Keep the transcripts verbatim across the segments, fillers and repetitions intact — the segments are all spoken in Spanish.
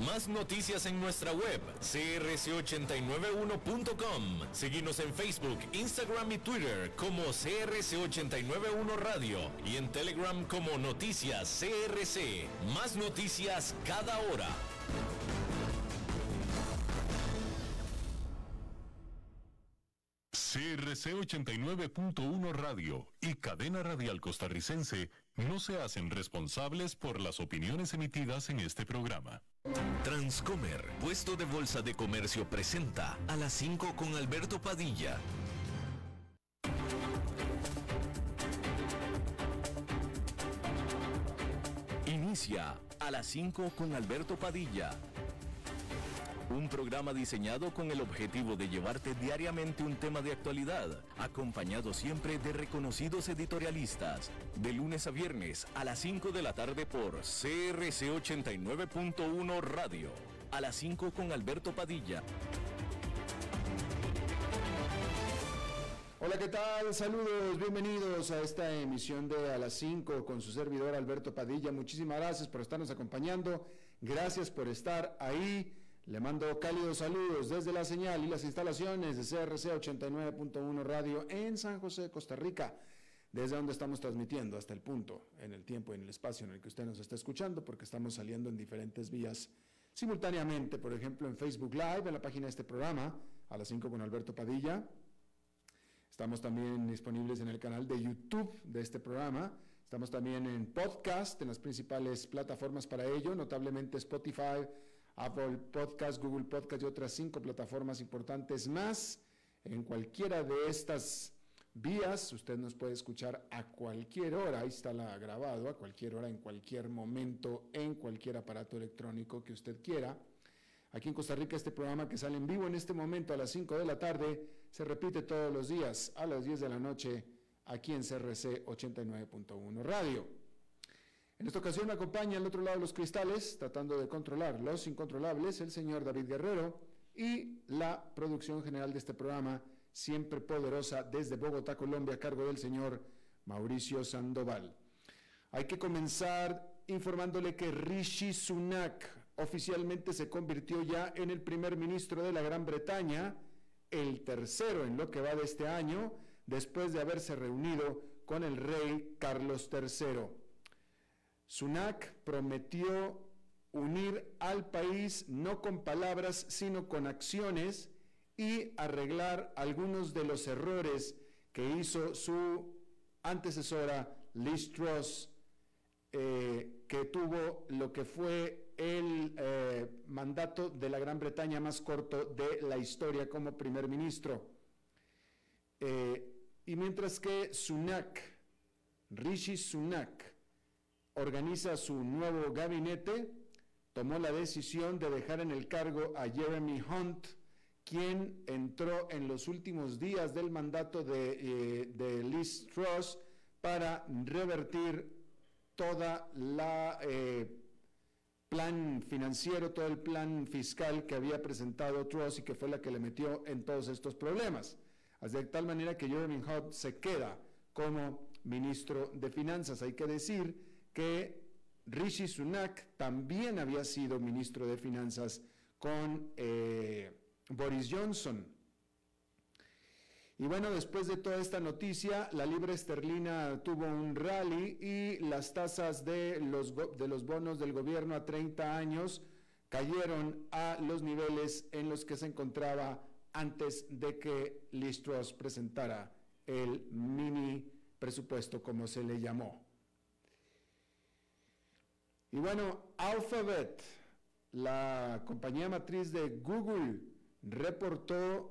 Más noticias en nuestra web, c r c ochenta y nueve uno punto com. Seguimos en Facebook, Instagram y Twitter como C R C ochenta y nueve uno Radio y en Telegram como Noticias C R C. Más noticias cada hora. C R C ochenta y nueve punto uno Radio y Cadena Radial Costarricense no se hacen responsables por las opiniones emitidas en este programa. Transcomer, puesto de bolsa de comercio, presenta a las cinco con Alberto Padilla. Inicia a las cinco con Alberto Padilla. Un programa diseñado con el objetivo de llevarte diariamente un tema de actualidad, acompañado siempre de reconocidos editorialistas, de lunes a viernes a las cinco de la tarde por C R C ochenta y nueve punto uno Radio. A las cinco con Alberto Padilla. Hola, ¿qué tal? Saludos, bienvenidos a esta emisión de A las cinco con su servidor Alberto Padilla. Muchísimas gracias por estarnos acompañando, gracias por estar ahí. Le mando cálidos saludos desde la señal y las instalaciones de C R C ochenta y nueve punto uno Radio en San José, Costa Rica, desde donde estamos transmitiendo hasta el punto, en el tiempo y en el espacio en el que usted nos está escuchando, porque estamos saliendo en diferentes vías simultáneamente, por ejemplo en Facebook Live, en la página de este programa, A las cinco con Alberto Padilla. Estamos también disponibles en el canal de YouTube de este programa. Estamos también en podcast, en las principales plataformas para ello, notablemente Spotify, Apple Podcast, Google Podcast y otras cinco plataformas importantes más. En cualquiera de estas vías, usted nos puede escuchar a cualquier hora, ahí está la grabado, a cualquier hora, en cualquier momento, en cualquier aparato electrónico que usted quiera. Aquí en Costa Rica, este programa que sale en vivo en este momento a las cinco de la tarde, se repite todos los días a las diez de la noche, aquí en C R C ochenta y nueve punto uno Radio. En esta ocasión me acompaña al otro lado de los cristales, tratando de controlar los incontrolables, el señor David Guerrero, y la producción general de este programa, siempre poderosa, desde Bogotá, Colombia, a cargo del señor Mauricio Sandoval. Hay que comenzar informándole que Rishi Sunak oficialmente se convirtió ya en el primer ministro de la Gran Bretaña, el tercero en lo que va de este año, después de haberse reunido con el rey Carlos tercero. Sunak prometió unir al país no con palabras, sino con acciones y arreglar algunos de los errores que hizo su antecesora Liz Truss, eh, que tuvo lo que fue el eh, mandato de la Gran Bretaña más corto de la historia como primer ministro. Eh, y mientras que Sunak, Rishi Sunak, organiza su nuevo gabinete, tomó la decisión de dejar en el cargo a Jeremy Hunt, quien entró en los últimos días del mandato de, eh, de Liz Truss para revertir toda la eh, plan financiero, todo el plan fiscal que había presentado Truss y que fue la que le metió en todos estos problemas. De tal manera que Jeremy Hunt se queda como ministro de Finanzas. Hay que decir que Rishi Sunak también había sido ministro de Finanzas con eh, Boris Johnson. Y bueno, después de toda esta noticia, la libra esterlina tuvo un rally y las tasas de los, de los bonos del gobierno a treinta años cayeron a los niveles en los que se encontraba antes de que Liz Truss presentara el mini presupuesto, como se le llamó. Y bueno, Alphabet, la compañía matriz de Google, reportó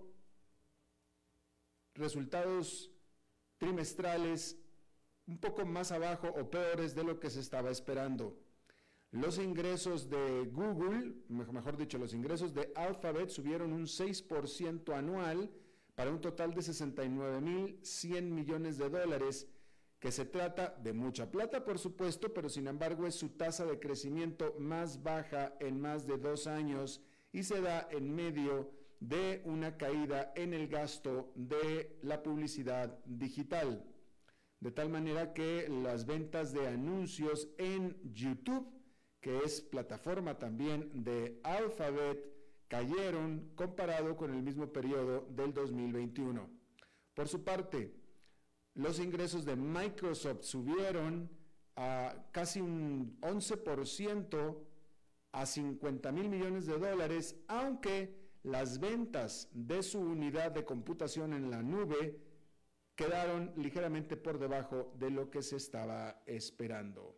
resultados trimestrales un poco más abajo o peores de lo que se estaba esperando. Los ingresos de Google, mejor dicho, los ingresos de Alphabet subieron un seis por ciento anual para un total de sesenta y nueve mil cien millones de dólares, que se trata de mucha plata, por supuesto, pero sin embargo es su tasa de crecimiento más baja en más de dos años y se da en medio de una caída en el gasto de la publicidad digital. De tal manera que las ventas de anuncios en YouTube, que es plataforma también de Alphabet, cayeron comparado con el mismo periodo del dos mil veintiuno. Por su parte, los ingresos de Microsoft subieron a casi un once por ciento a cincuenta mil millones de dólares, aunque las ventas de su unidad de computación en la nube quedaron ligeramente por debajo de lo que se estaba esperando.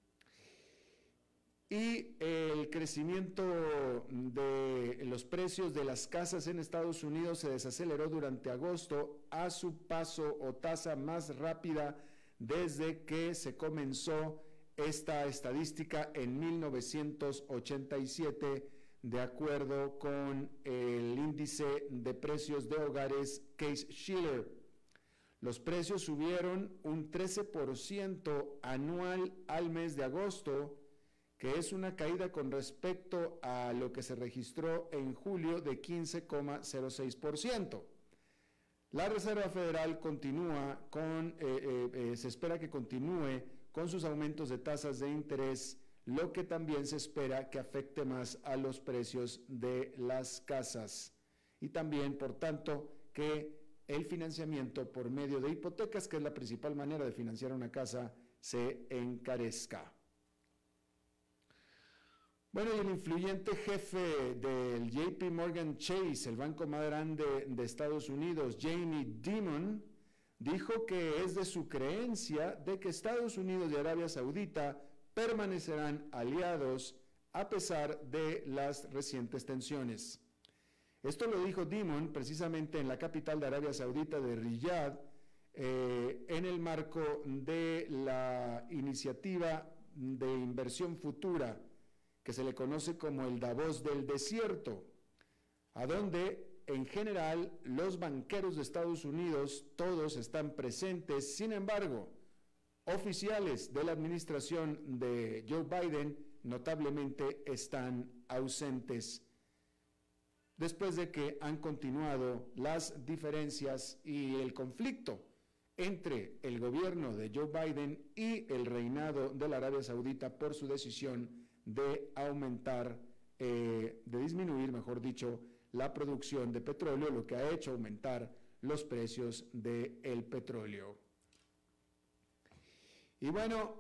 Y el crecimiento de los precios de las casas en Estados Unidos se desaceleró durante agosto a su paso o tasa más rápida desde que se comenzó esta estadística en mil novecientos ochenta y siete, de acuerdo con el índice de precios de hogares Case-Shiller. Los precios subieron un trece por ciento anual al mes de agosto, que es una caída con respecto a lo que se registró en julio de quince coma cero seis por ciento. La Reserva Federal continúa con, eh, eh, eh, se espera que continúe con sus aumentos de tasas de interés, lo que también se espera que afecte más a los precios de las casas. Y también, por tanto, que el financiamiento por medio de hipotecas, que es la principal manera de financiar una casa, se encarezca. Bueno, y el influyente jefe del J P Morgan Chase, el banco más grande de Estados Unidos, Jamie Dimon, dijo que es de su creencia de que Estados Unidos y Arabia Saudita permanecerán aliados a pesar de las recientes tensiones. Esto lo dijo Dimon precisamente en la capital de Arabia Saudita de Riyadh, eh, en el marco de la iniciativa de inversión futura que se le conoce como el Davos del desierto, a donde en general los banqueros de Estados Unidos todos están presentes. Sin embargo, oficiales de la administración de Joe Biden notablemente están ausentes, después de que han continuado las diferencias y el conflicto entre el gobierno de Joe Biden y el reinado de la Arabia Saudita por su decisión de aumentar, eh, de disminuir, mejor dicho, la producción de petróleo, lo que ha hecho aumentar los precios del petróleo. Y bueno,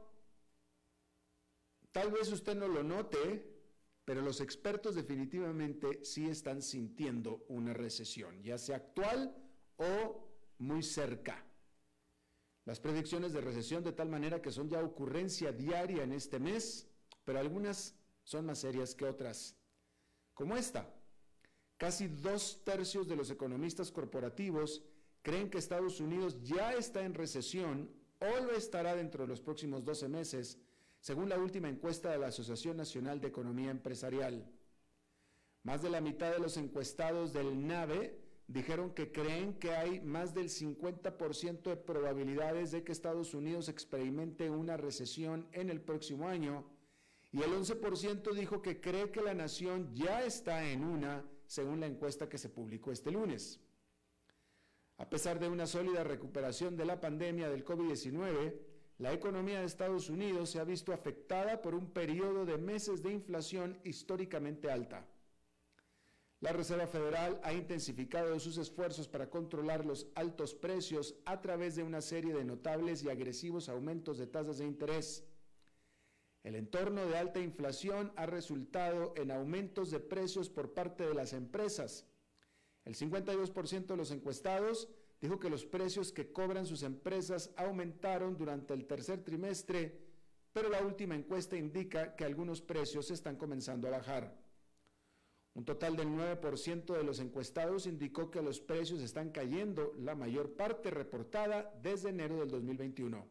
tal vez usted no lo note, pero los expertos definitivamente sí están sintiendo una recesión, ya sea actual o muy cerca. Las predicciones de recesión de tal manera que son ya ocurrencia diaria en este mes, pero algunas son más serias que otras, como esta. Casi dos tercios de los economistas corporativos creen que Estados Unidos ya está en recesión o lo estará dentro de los próximos doce meses, según la última encuesta de la Asociación Nacional de Economía Empresarial. Más de la mitad de los encuestados del NABE dijeron que creen que hay más del cincuenta por ciento de probabilidades de que Estados Unidos experimente una recesión en el próximo año, y el once por ciento dijo que cree que la nación ya está en una, según la encuesta que se publicó este lunes. A pesar de una sólida recuperación de la pandemia del COVID diecinueve, la economía de Estados Unidos se ha visto afectada por un periodo de meses de inflación históricamente alta. La Reserva Federal ha intensificado sus esfuerzos para controlar los altos precios a través de una serie de notables y agresivos aumentos de tasas de interés. El entorno de alta inflación ha resultado en aumentos de precios por parte de las empresas. El cincuenta y dos por ciento de los encuestados dijo que los precios que cobran sus empresas aumentaron durante el tercer trimestre, pero la última encuesta indica que algunos precios están comenzando a bajar. Un total del nueve por ciento de los encuestados indicó que los precios están cayendo, la mayor parte reportada desde enero del dos mil veintiuno.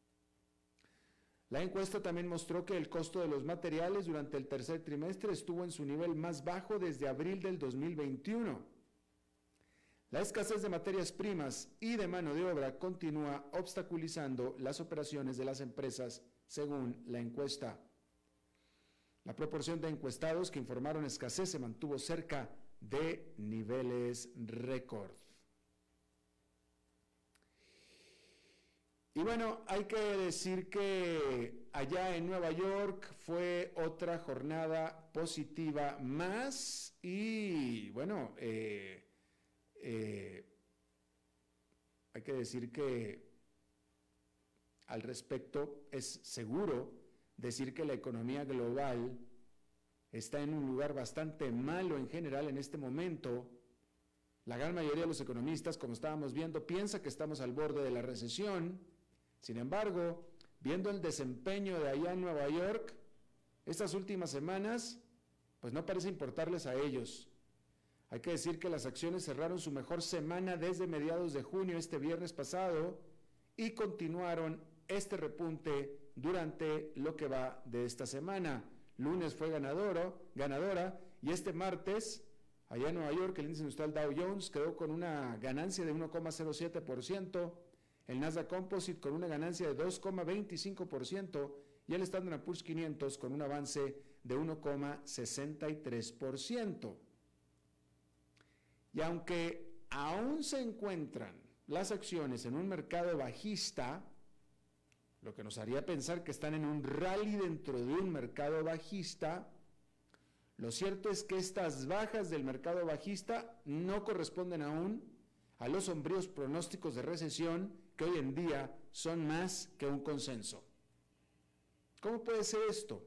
La encuesta también mostró que el costo de los materiales durante el tercer trimestre estuvo en su nivel más bajo desde abril del dos mil veintiuno. La escasez de materias primas y de mano de obra continúa obstaculizando las operaciones de las empresas, según la encuesta. La proporción de encuestados que informaron escasez se mantuvo cerca de niveles récord. Y bueno, hay que decir que allá en Nueva York fue otra jornada positiva más y bueno, eh, eh, hay que decir que al respecto es seguro decir que la economía global está en un lugar bastante malo en general en este momento. La gran mayoría de los economistas, como estábamos viendo, piensa que estamos al borde de la recesión. Sin embargo, viendo el desempeño de allá en Nueva York, estas últimas semanas, pues no parece importarles a ellos. Hay que decir que las acciones cerraron su mejor semana desde mediados de junio, este viernes pasado, y continuaron este repunte durante lo que va de esta semana. Lunes fue ganadoro, ganadora, y este martes, allá en Nueva York, el índice industrial Dow Jones quedó con una ganancia de uno coma cero siete por ciento, el Nasdaq Composite con una ganancia de dos coma veinticinco por ciento y el Standard and Poor's quinientos con un avance de uno coma sesenta y tres por ciento. Y aunque aún se encuentran las acciones en un mercado bajista, lo que nos haría pensar que están en un rally dentro de un mercado bajista, lo cierto es que estas bajas del mercado bajista no corresponden aún a los sombríos pronósticos de recesión que hoy en día son más que un consenso. ¿Cómo puede ser esto?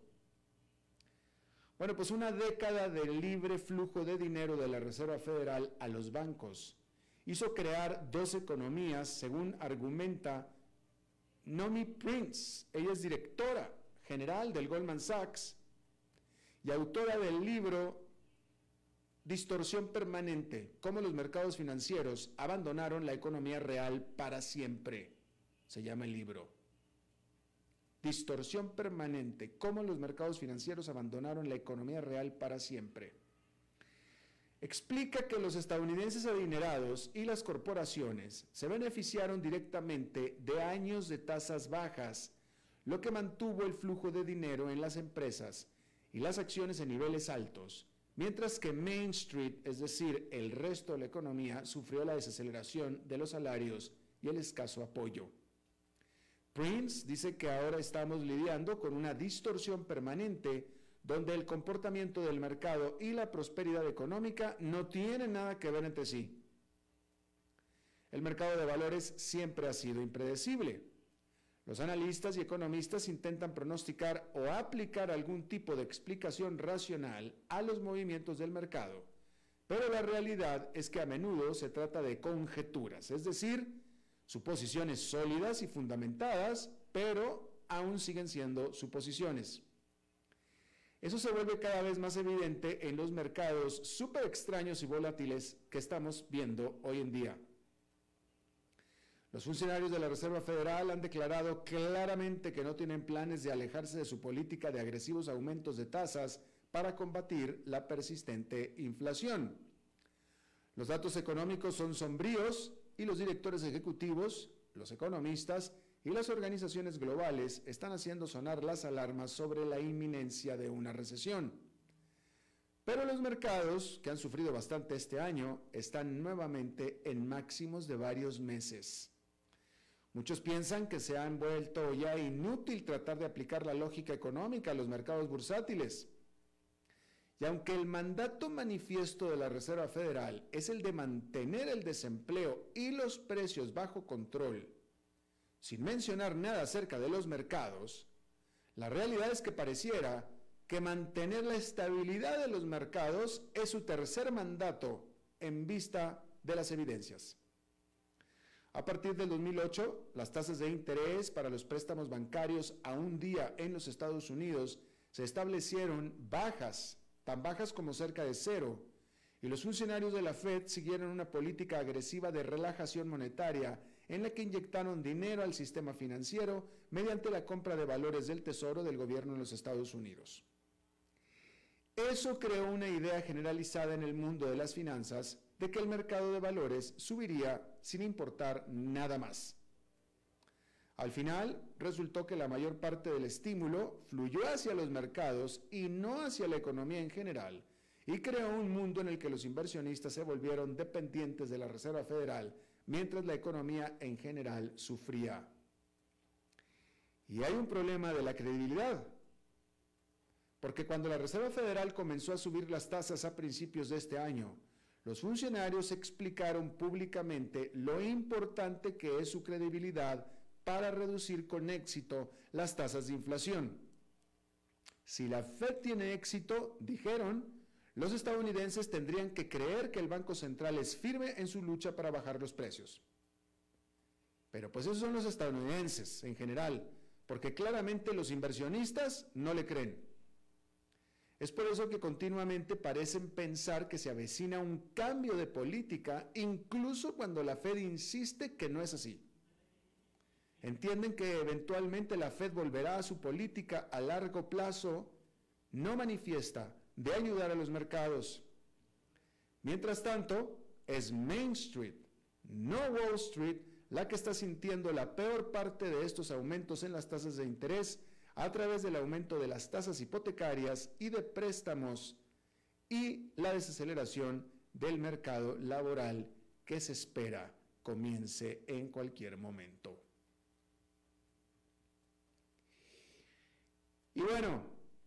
Bueno, pues una década de libre flujo de dinero de la Reserva Federal a los bancos hizo crear dos economías, según argumenta Nomi Prince. Ella es directora general del Goldman Sachs y autora del libro Distorsión Permanente, cómo los mercados financieros abandonaron la economía real para siempre. Se llama el libro. Distorsión Permanente, cómo los mercados financieros abandonaron la economía real para siempre. Explica que los estadounidenses adinerados y las corporaciones se beneficiaron directamente de años de tasas bajas, lo que mantuvo el flujo de dinero en las empresas y las acciones en niveles altos, mientras que Main Street, es decir, el resto de la economía, sufrió la desaceleración de los salarios y el escaso apoyo. Prince dice que ahora estamos lidiando con una distorsión permanente donde el comportamiento del mercado y la prosperidad económica no tienen nada que ver entre sí. El mercado de valores siempre ha sido impredecible. Los analistas y economistas intentan pronosticar o aplicar algún tipo de explicación racional a los movimientos del mercado, pero la realidad es que a menudo se trata de conjeturas, es decir, suposiciones sólidas y fundamentadas, pero aún siguen siendo suposiciones. Eso se vuelve cada vez más evidente en los mercados súper extraños y volátiles que estamos viendo hoy en día. Los funcionarios de la Reserva Federal han declarado claramente que no tienen planes de alejarse de su política de agresivos aumentos de tasas para combatir la persistente inflación. Los datos económicos son sombríos y los directores ejecutivos, los economistas y las organizaciones globales están haciendo sonar las alarmas sobre la inminencia de una recesión. Pero los mercados, que han sufrido bastante este año, están nuevamente en máximos de varios meses. Muchos piensan que se ha vuelto ya inútil tratar de aplicar la lógica económica a los mercados bursátiles. Y aunque el mandato manifiesto de la Reserva Federal es el de mantener el desempleo y los precios bajo control, sin mencionar nada acerca de los mercados, la realidad es que pareciera que mantener la estabilidad de los mercados es su tercer mandato en vista de las evidencias. A partir del dos mil ocho, las tasas de interés para los préstamos bancarios a un día en los Estados Unidos se establecieron bajas, tan bajas como cerca de cero, y los funcionarios de la Fed siguieron una política agresiva de relajación monetaria en la que inyectaron dinero al sistema financiero mediante la compra de valores del Tesoro del gobierno de los Estados Unidos. Eso creó una idea generalizada en el mundo de las finanzas de que el mercado de valores subiría sin importar nada más. Al final, resultó que la mayor parte del estímulo fluyó hacia los mercados y no hacia la economía en general, y creó un mundo en el que los inversionistas se volvieron dependientes de la Reserva Federal, mientras la economía en general sufría. Y hay un problema de la credibilidad, porque cuando la Reserva Federal comenzó a subir las tasas a principios de este año, los funcionarios explicaron públicamente lo importante que es su credibilidad para reducir con éxito las tasas de inflación. Si la Fed tiene éxito, dijeron, los estadounidenses tendrían que creer que el Banco Central es firme en su lucha para bajar los precios. Pero pues esos son los estadounidenses en general, porque claramente los inversionistas no le creen. Es por eso que continuamente parecen pensar que se avecina un cambio de política, incluso cuando la Fed insiste que no es así. Entienden que eventualmente la Fed volverá a su política a largo plazo, no manifiesta, de ayudar a los mercados. Mientras tanto, es Main Street, no Wall Street, la que está sintiendo la peor parte de estos aumentos en las tasas de interés a través del aumento de las tasas hipotecarias y de préstamos y la desaceleración del mercado laboral que se espera comience en cualquier momento. Y bueno,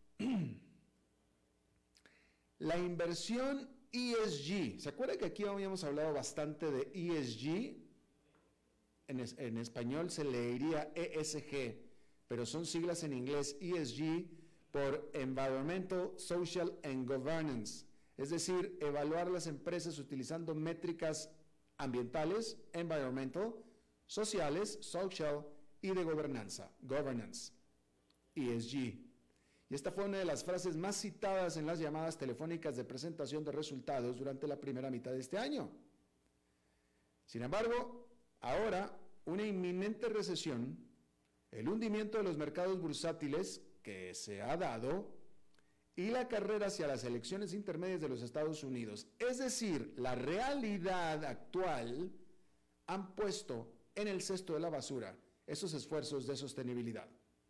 la inversión E S G, ¿se acuerda que aquí habíamos hablado bastante de E S G? En, es, en español se leería E S G, pero son siglas en inglés E S G por Environmental, Social and Governance, es decir, evaluar las empresas utilizando métricas ambientales, environmental, sociales, social y de gobernanza, governance, E S G. Y esta fue una de las frases más citadas en las llamadas telefónicas de presentación de resultados durante la primera mitad de este año. Sin embargo, ahora, una inminente recesión, el hundimiento de los mercados bursátiles que se ha dado y la carrera hacia las elecciones intermedias de los Estados Unidos, es decir, la realidad actual, han puesto en el cesto de la basura esos esfuerzos de sostenibilidad.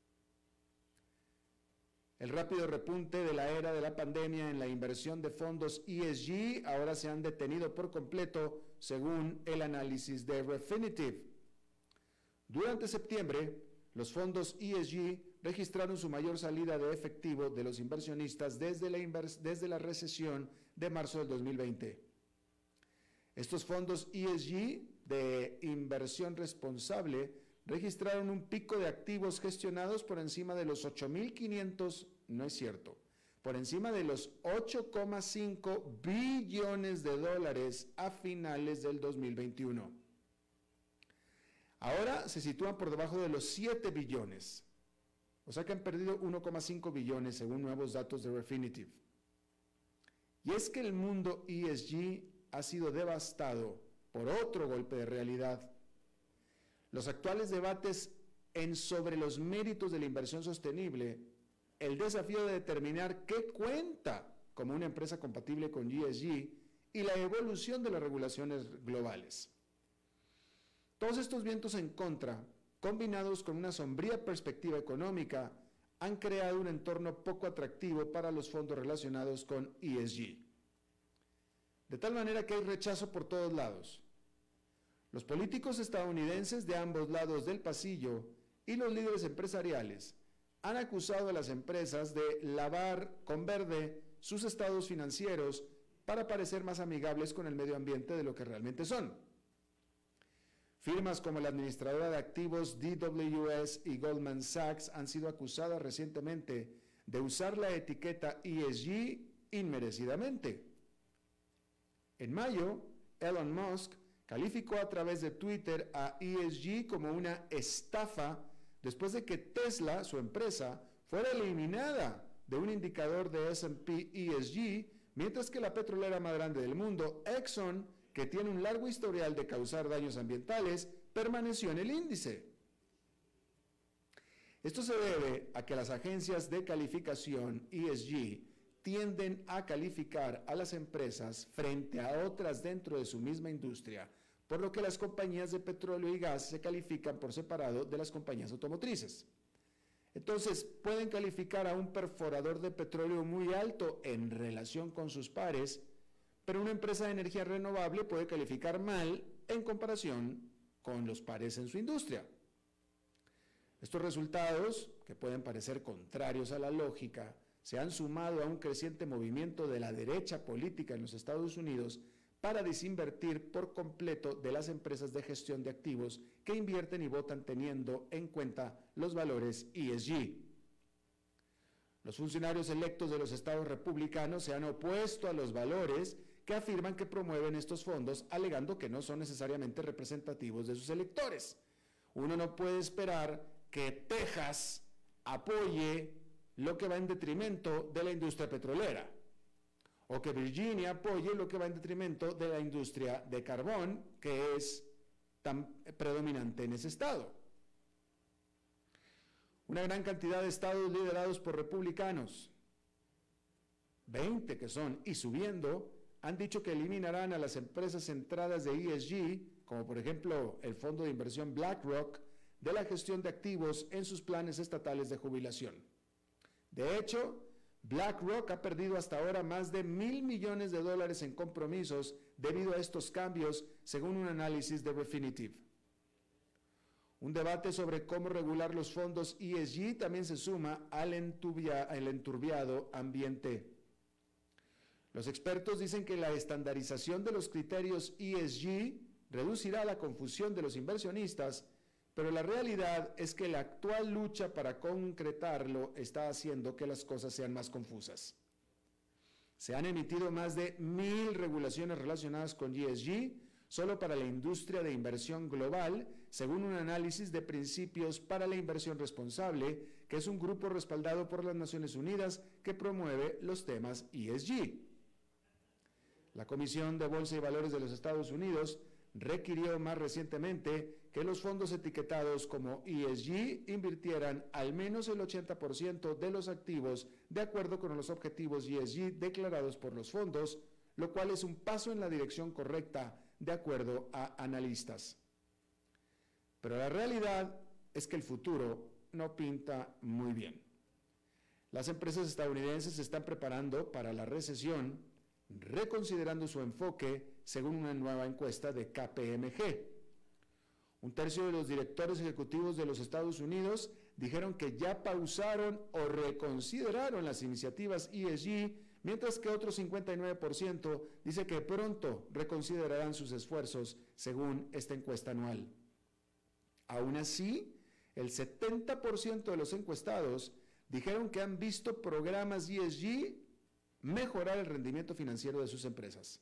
El rápido repunte de la era de la pandemia en la inversión de fondos E S G ahora se han detenido por completo, según el análisis de Refinitiv. Durante septiembre, los fondos E S G registraron su mayor salida de efectivo de los inversionistas desde la, invers- desde la recesión de marzo del dos mil veinte. Estos fondos E S G de inversión responsable registraron un pico de activos gestionados por encima de los ocho mil quinientos, no es cierto, por encima de los ocho coma cinco billones de dólares a finales del dos mil veintiuno. Ahora se sitúan por debajo de los siete billones, o sea que han perdido uno coma cinco billones según nuevos datos de Refinitiv. Y es que el mundo E S G ha sido devastado por otro golpe de realidad. Los actuales debates en sobre los méritos de la inversión sostenible, el desafío de determinar qué cuenta como una empresa compatible con E S G y la evolución de las regulaciones globales. Todos estos vientos en contra, combinados con una sombría perspectiva económica, han creado un entorno poco atractivo para los fondos relacionados con E S G. De tal manera que hay rechazo por todos lados. Los políticos estadounidenses de ambos lados del pasillo y los líderes empresariales han acusado a las empresas de lavar con verde sus estados financieros para parecer más amigables con el medio ambiente de lo que realmente son. Firmas como la administradora de activos D W S y Goldman Sachs han sido acusadas recientemente de usar la etiqueta E S G inmerecidamente. En mayo, Elon Musk calificó a través de Twitter a E S G como una estafa después de que Tesla, su empresa, fuera eliminada de un indicador de S and P E S G, mientras que la petrolera más grande del mundo, Exxon, que tiene un largo historial de causar daños ambientales, permaneció en el índice. Esto se debe a que las agencias de calificación E S G tienden a calificar a las empresas frente a otras dentro de su misma industria, por lo que las compañías de petróleo y gas se califican por separado de las compañías automotrices. Entonces, pueden calificar a un perforador de petróleo muy alto en relación con sus pares, pero una empresa de energía renovable puede calificar mal en comparación con los pares en su industria. Estos resultados, que pueden parecer contrarios a la lógica, se han sumado a un creciente movimiento de la derecha política en los Estados Unidos para desinvertir por completo de las empresas de gestión de activos que invierten y votan teniendo en cuenta los valores E S G. Los funcionarios electos de los estados republicanos se han opuesto a los valores que afirman que promueven estos fondos, alegando que no son necesariamente representativos de sus electores. Uno no puede esperar que Texas apoye lo que va en detrimento de la industria petrolera, o que Virginia apoye lo que va en detrimento de la industria de carbón, que es tan predominante en ese estado. Una gran cantidad de estados liderados por republicanos, veinte que son, y subiendo, han dicho que eliminarán a las empresas centradas de E S G, como por ejemplo el fondo de inversión BlackRock, de la gestión de activos en sus planes estatales de jubilación. De hecho, BlackRock ha perdido hasta ahora más de mil millones de dólares en compromisos debido a estos cambios, según un análisis de Refinitiv. Un debate sobre cómo regular los fondos E S G también se suma al, enturbia, al enturbiado ambiente. Los expertos dicen que la estandarización de los criterios E S G reducirá la confusión de los inversionistas, pero la realidad es que la actual lucha para concretarlo está haciendo que las cosas sean más confusas. Se han emitido más de mil regulaciones relacionadas con E S G solo para la industria de inversión global, según un análisis de principios para la inversión responsable, que es un grupo respaldado por las Naciones Unidas que promueve los temas E S G. La Comisión de Bolsa y Valores de los Estados Unidos requirió más recientemente que los fondos etiquetados como E S G invirtieran al menos el ochenta por ciento de los activos de acuerdo con los objetivos E S G declarados por los fondos, lo cual es un paso en la dirección correcta de acuerdo a analistas. Pero la realidad es que el futuro no pinta muy bien. Las empresas estadounidenses se están preparando para la recesión, reconsiderando su enfoque según una nueva encuesta de K P M G. Un tercio de los directores ejecutivos de los Estados Unidos dijeron que ya pausaron o reconsideraron las iniciativas E S G, mientras que otro cincuenta y nueve por ciento dice que pronto reconsiderarán sus esfuerzos según esta encuesta anual. Aún así, el setenta por ciento de los encuestados dijeron que han visto programas E S G mejorar el rendimiento financiero de sus empresas.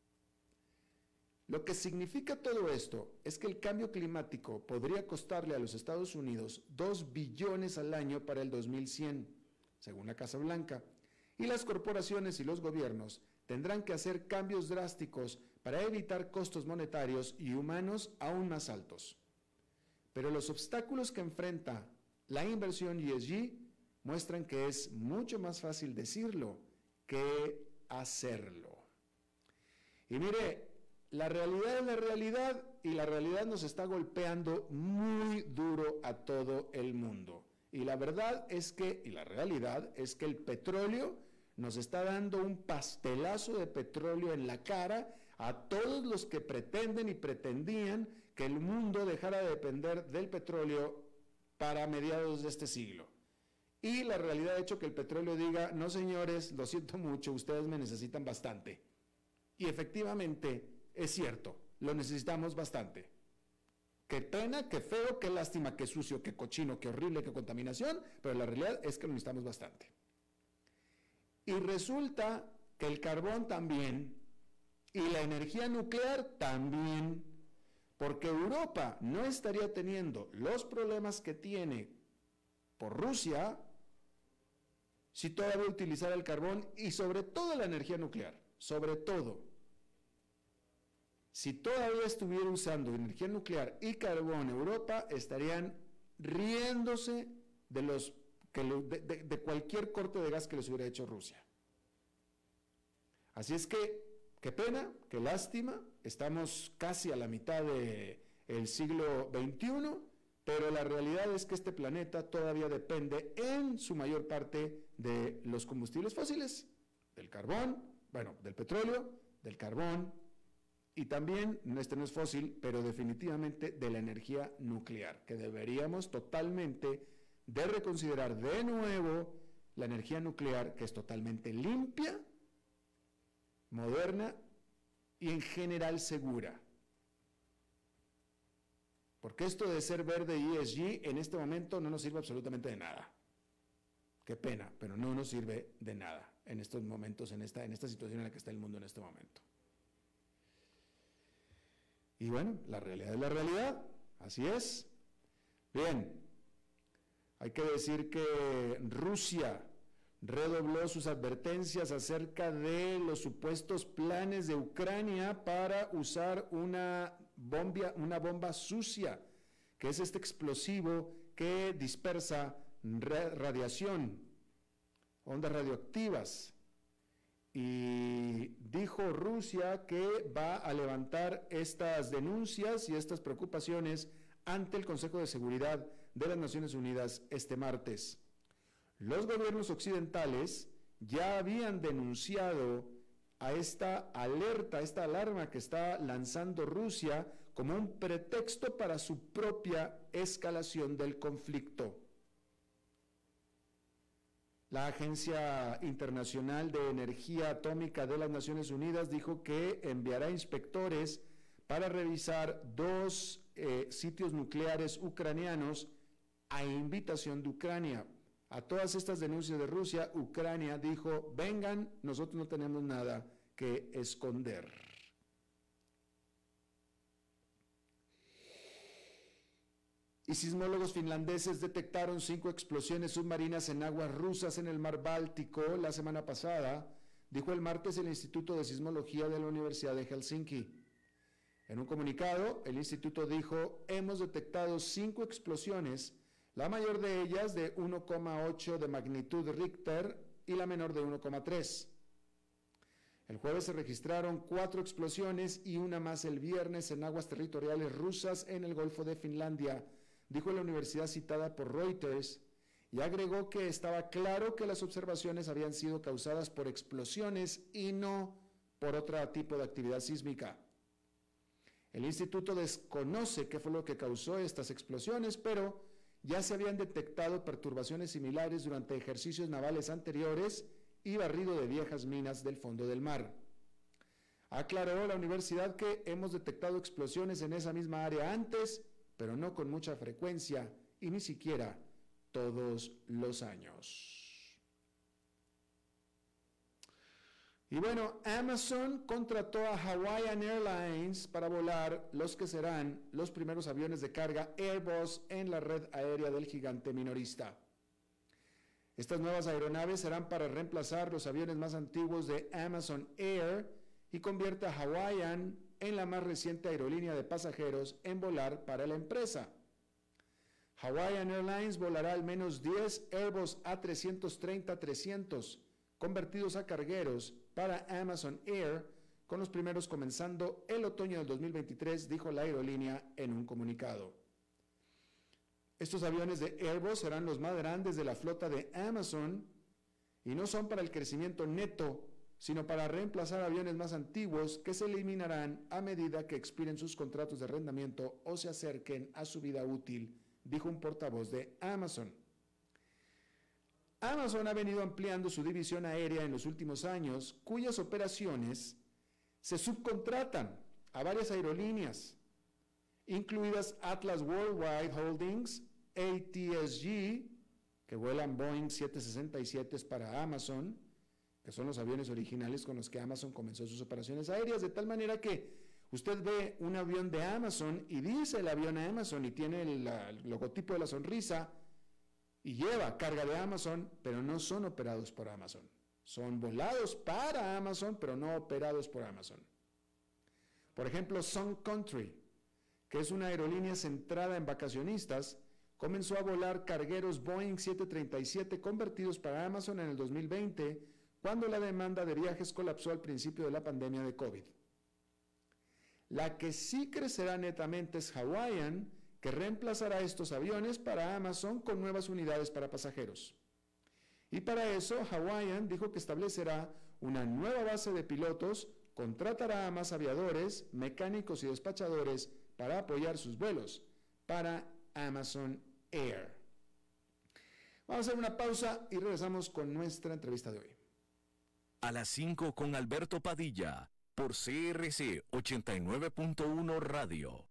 Lo que significa todo esto es que el cambio climático podría costarle a los Estados Unidos dos billones al año para el dos mil cien, según la Casa Blanca, y las corporaciones y los gobiernos tendrán que hacer cambios drásticos para evitar costos monetarios y humanos aún más altos. Pero los obstáculos que enfrenta la inversión E S G muestran que es mucho más fácil decirlo que hacerlo. Y mire, la realidad es la realidad y la realidad nos está golpeando muy duro a todo el mundo. Y la verdad es que, y la realidad es que el petróleo nos está dando un pastelazo de petróleo en la cara a todos los que pretenden y pretendían que el mundo dejara de depender del petróleo para mediados de este siglo. Y la realidad ha hecho que el petróleo diga, no señores, lo siento mucho, ustedes me necesitan bastante. Y efectivamente es cierto, lo necesitamos bastante. Qué pena, qué feo, qué lástima, qué sucio, qué cochino, qué horrible, qué contaminación, pero la realidad es que lo necesitamos bastante. Y resulta que el carbón también, y la energía nuclear también, porque Europa no estaría teniendo los problemas que tiene por Rusia si todavía utilizara el carbón y sobre todo la energía nuclear, sobre todo. Si todavía estuviera usando energía nuclear y carbón, Europa estarían riéndose de, los, que lo, de, de, de cualquier corte de gas que les hubiera hecho Rusia. Así es que, qué pena, qué lástima, estamos casi a la mitad del siglo veintiuno, pero la realidad es que este planeta todavía depende en su mayor parte de los combustibles fósiles, del carbón, bueno, del petróleo, del carbón y también, este no es fósil, pero definitivamente de la energía nuclear, que deberíamos totalmente de reconsiderar de nuevo la energía nuclear, que es totalmente limpia, moderna y en general segura. Porque esto de ser verde y E S G en este momento no nos sirve absolutamente de nada. Qué pena, pero no nos sirve de nada en estos momentos, en esta, en esta situación en la que está el mundo en este momento. Y bueno, la realidad es la realidad, así es. Bien, hay que decir que Rusia redobló sus advertencias acerca de los supuestos planes de Ucrania para usar una bomba, una bomba sucia, que es este explosivo que dispersa radiación, ondas radioactivas. Y dijo Rusia que va a levantar estas denuncias y estas preocupaciones ante el Consejo de Seguridad de las Naciones Unidas este martes. Los gobiernos occidentales ya habían denunciado a esta alerta, a esta alarma que está lanzando Rusia como un pretexto para su propia escalación del conflicto. La Agencia Internacional de Energía Atómica de las Naciones Unidas dijo que enviará inspectores para revisar dos eh, sitios nucleares ucranianos a invitación de Ucrania. A todas estas denuncias de Rusia, Ucrania dijo, vengan, nosotros no tenemos nada que esconder. Y sismólogos finlandeses detectaron cinco explosiones submarinas en aguas rusas en el mar Báltico la semana pasada, dijo el martes el Instituto de Sismología de la Universidad de Helsinki. En un comunicado, el instituto dijo, hemos detectado cinco explosiones, la mayor de ellas de uno coma ocho de magnitud Richter y la menor de uno coma tres. El jueves se registraron cuatro explosiones y una más el viernes en aguas territoriales rusas en el Golfo de Finlandia, dijo la universidad citada por Reuters, y agregó que estaba claro que las observaciones habían sido causadas por explosiones y no por otro tipo de actividad sísmica. El instituto desconoce qué fue lo que causó estas explosiones, pero ya se habían detectado perturbaciones similares durante ejercicios navales anteriores y barrido de viejas minas del fondo del mar. Aclaró la universidad que hemos detectado explosiones en esa misma área antes, pero no con mucha frecuencia y ni siquiera todos los años. Y bueno, Amazon contrató a Hawaiian Airlines para volar los que serán los primeros aviones de carga Airbus en la red aérea del gigante minorista. Estas nuevas aeronaves serán para reemplazar los aviones más antiguos de Amazon Air y convierte a Hawaiian en la más reciente aerolínea de pasajeros en volar para la empresa. Hawaiian Airlines volará al menos diez Airbus A trescientos treinta trescientos convertidos a cargueros para Amazon Air, con los primeros comenzando el otoño del dos mil veintitrés, dijo la aerolínea en un comunicado. Estos aviones de Airbus serán los más grandes de la flota de Amazon y no son para el crecimiento neto, sino para reemplazar aviones más antiguos que se eliminarán a medida que expiren sus contratos de arrendamiento o se acerquen a su vida útil, dijo un portavoz de Amazon. Amazon ha venido ampliando su división aérea en los últimos años, cuyas operaciones se subcontratan a varias aerolíneas, incluidas Atlas Worldwide Holdings, A T S G, que vuelan Boeing siete sesenta y siete para Amazon, que son los aviones originales con los que Amazon comenzó sus operaciones aéreas, de tal manera que usted ve un avión de Amazon y dice el avión a Amazon y tiene el, el logotipo de la sonrisa y lleva carga de Amazon, pero no son operados por Amazon. Son volados para Amazon, pero no operados por Amazon. Por ejemplo, Sun Country, que es una aerolínea centrada en vacacionistas, comenzó a volar cargueros Boeing siete treinta y siete convertidos para Amazon en el dos mil veinte, cuando la demanda de viajes colapsó al principio de la pandemia de COVID. La que sí crecerá netamente es Hawaiian, que reemplazará estos aviones para Amazon con nuevas unidades para pasajeros. Y para eso, Hawaiian dijo que establecerá una nueva base de pilotos contratará a más aviadores, mecánicos y despachadores para apoyar sus vuelos para Amazon Air. Vamos a hacer una pausa y regresamos con nuestra entrevista de hoy. A las cinco con Alberto Padilla, por C R C ochenta y nueve punto uno Radio.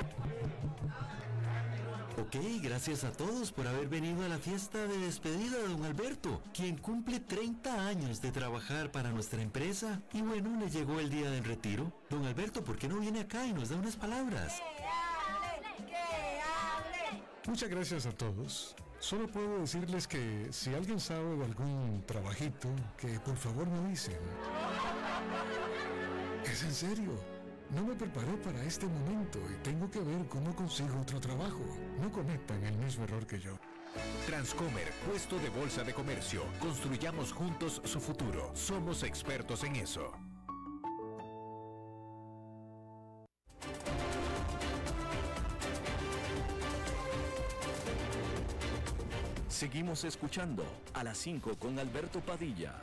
Ok, gracias a todos por haber venido a la fiesta de despedida de don Alberto, quien cumple treinta años de trabajar para nuestra empresa. Y bueno, le llegó el día del retiro. Don Alberto, ¿por qué no viene acá y nos da unas palabras? ¡Que hable! ¡Que hable! Muchas gracias a todos. Solo puedo decirles que si alguien sabe de algún trabajito, que por favor me avisen. Es en serio. No me preparé para este momento y tengo que ver cómo consigo otro trabajo. No cometan el mismo error que yo. Transcomer, puesto de bolsa de comercio. Construyamos juntos su futuro. Somos expertos en eso. Seguimos escuchando a las cinco con Alberto Padilla.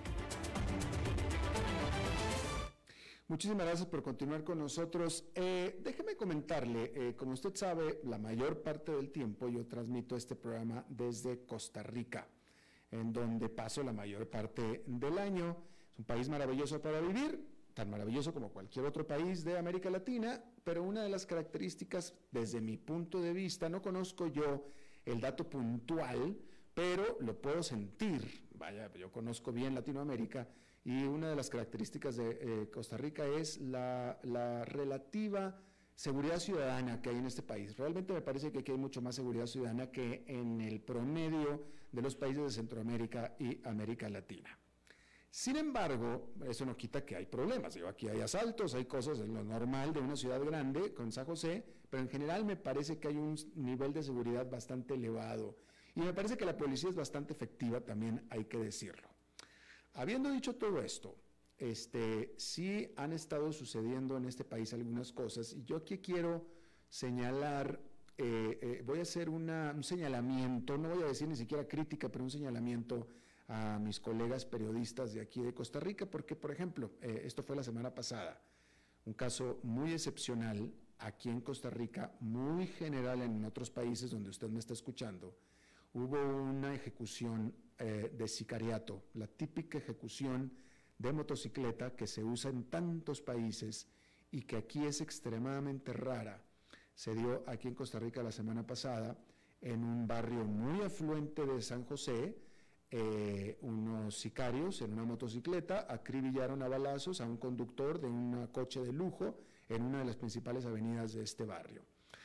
Muchísimas gracias por continuar con nosotros. Eh, déjeme comentarle, eh, como usted sabe, la mayor parte del tiempo yo transmito este programa desde Costa Rica, en donde paso la mayor parte del año. Es un país maravilloso para vivir, tan maravilloso como cualquier otro país de América Latina, pero una de las características, desde mi punto de vista, no conozco yo el dato puntual, pero lo puedo sentir. Vaya, yo conozco bien Latinoamérica y una de las características de eh, Costa Rica es la, la relativa seguridad ciudadana que hay en este país. Realmente me parece que aquí hay mucho más seguridad ciudadana que en el promedio de los países de Centroamérica y América Latina. Sin embargo, eso no quita que hay problemas. Digo, aquí hay asaltos, hay cosas en lo normal de una ciudad grande, con San José, pero en general me parece que hay un nivel de seguridad bastante elevado. Y me parece que la policía es bastante efectiva, también hay que decirlo. Habiendo dicho todo esto, este, sí han estado sucediendo en este país algunas cosas, y yo aquí quiero señalar, eh, eh, voy a hacer una, un señalamiento, no voy a decir ni siquiera crítica, pero un señalamiento a mis colegas periodistas de aquí de Costa Rica, porque, por ejemplo, eh, esto fue la semana pasada, un caso muy excepcional aquí en Costa Rica, muy general en otros países donde usted me está escuchando. Hubo una ejecución eh, de sicariato, la típica ejecución de motocicleta que se usa en tantos países y que aquí es extremadamente rara. Se dio aquí en Costa Rica la semana pasada, en un barrio muy afluente de San José. Eh, unos sicarios en una motocicleta acribillaron a balazos a un conductor de un coche de lujo en una de las principales avenidas de este barrio.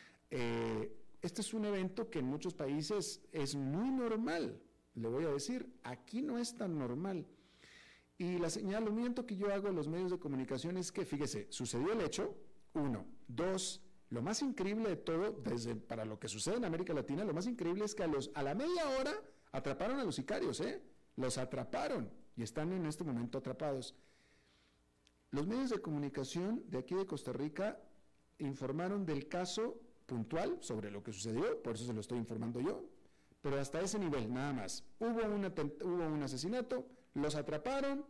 Eh, este es un evento que en muchos países es muy normal, le voy a decir, aquí no es tan normal. Y el señalamiento que yo hago a los medios de comunicación es que, fíjese, sucedió el hecho, uno. Dos, lo más increíble de todo, desde para lo que sucede en América Latina, lo más increíble es que a, los, a la media hora atraparon a los sicarios, ¿eh? Los atraparon y están en este momento atrapados. Los medios de comunicación de aquí de Costa Rica informaron del caso puntual sobre lo que sucedió, por eso se lo estoy informando yo, pero hasta ese nivel, nada más. Hubo un, hubo un asesinato, los atraparon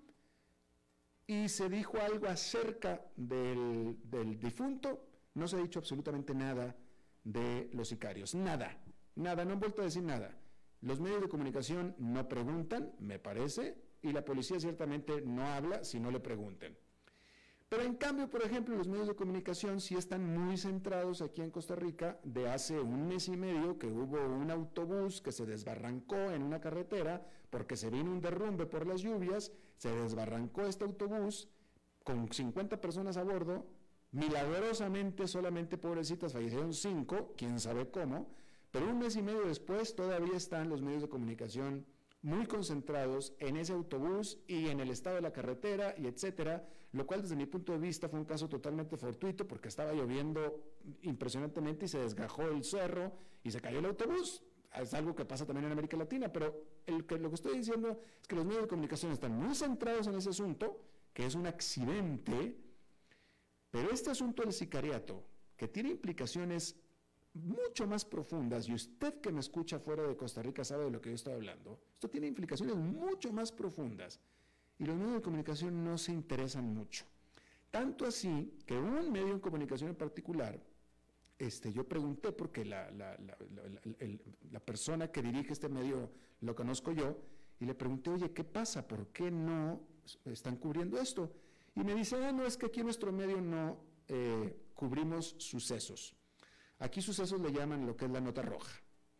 y se dijo algo acerca del, del difunto, no se ha dicho absolutamente nada de los sicarios, nada, nada, no han vuelto a decir nada. Los medios de comunicación no preguntan, me parece, y la policía ciertamente no habla si no le pregunten. Pero en cambio, por ejemplo, los medios de comunicación sí están muy centrados aquí en Costa Rica. De hace un mes y medio que hubo un autobús que se desbarrancó en una carretera porque se vino un derrumbe por las lluvias, se desbarrancó este autobús con cincuenta personas a bordo, milagrosamente solamente, pobrecitas, fallecieron cinco, quién sabe cómo, pero un mes y medio después todavía están los medios de comunicación muy concentrados en ese autobús y en el estado de la carretera y etcétera, lo cual desde mi punto de vista fue un caso totalmente fortuito porque estaba lloviendo impresionantemente y se desgajó el cerro y se cayó el autobús. Es algo que pasa también en América Latina, pero el que, lo que estoy diciendo es que los medios de comunicación están muy centrados en ese asunto, que es un accidente, pero este asunto del sicariato, que tiene implicaciones mucho más profundas, y usted que me escucha fuera de Costa Rica sabe de lo que yo estoy hablando, esto tiene implicaciones mucho más profundas, y los medios de comunicación no se interesan mucho. Tanto así que un medio de comunicación en particular, este, yo pregunté, porque la, la, la, la, la, el, la persona que dirige este medio lo conozco yo, y le pregunté, oye, ¿qué pasa? ¿Por qué no están cubriendo esto? Y me dice, ah, no, es que aquí en nuestro medio no eh, cubrimos sucesos. Aquí sucesos le llaman lo que es la nota roja.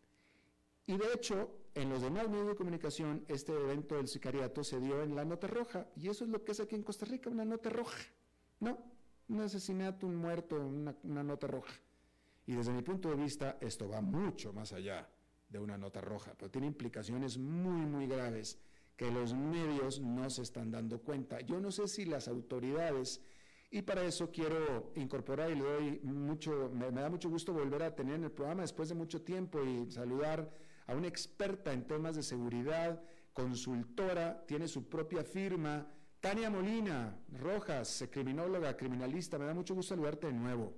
Y de hecho, en los demás medios de comunicación, este evento del sicariato se dio en la nota roja, y eso es lo que es aquí en Costa Rica, una nota roja. No, un asesinato, un muerto, una, una nota roja. Y desde mi punto de vista, esto va mucho más allá de una nota roja, pero tiene implicaciones muy, muy graves que los medios no se están dando cuenta. Yo no sé si las autoridades, y para eso quiero incorporar y le doy mucho, me, me da mucho gusto volver a tener en el programa después de mucho tiempo y saludar a una experta en temas de seguridad, consultora, tiene su propia firma, Tania Molina Rojas, criminóloga, criminalista. Me da mucho gusto saludarte de nuevo.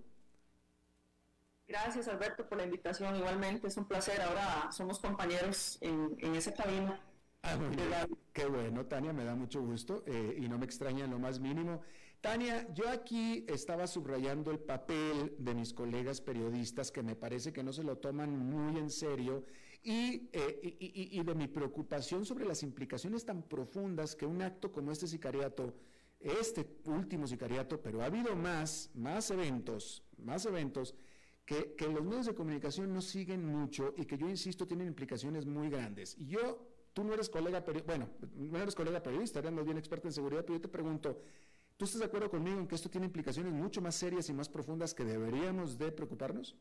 Gracias, Alberto, por la invitación. Igualmente, es un placer. Ahora somos compañeros en, en esa cabina. Ah, muy bien. Qué bueno, Tania, me da mucho gusto eh, y no me extraña en lo más mínimo. Tania, yo aquí estaba subrayando el papel de mis colegas periodistas que me parece que no se lo toman muy en serio y, eh, y, y, y de mi preocupación sobre las implicaciones tan profundas que un acto como este sicariato, este último sicariato, pero ha habido más, más eventos, más eventos que, que los medios de comunicación no siguen mucho y que yo insisto tienen implicaciones muy grandes. Y yo, tú no eres colega, bueno, no eres colega periodista, eres más bien experta en seguridad, pero yo te pregunto, ¿tú estás de acuerdo conmigo en que esto tiene implicaciones mucho más serias y más profundas que deberíamos de preocuparnos?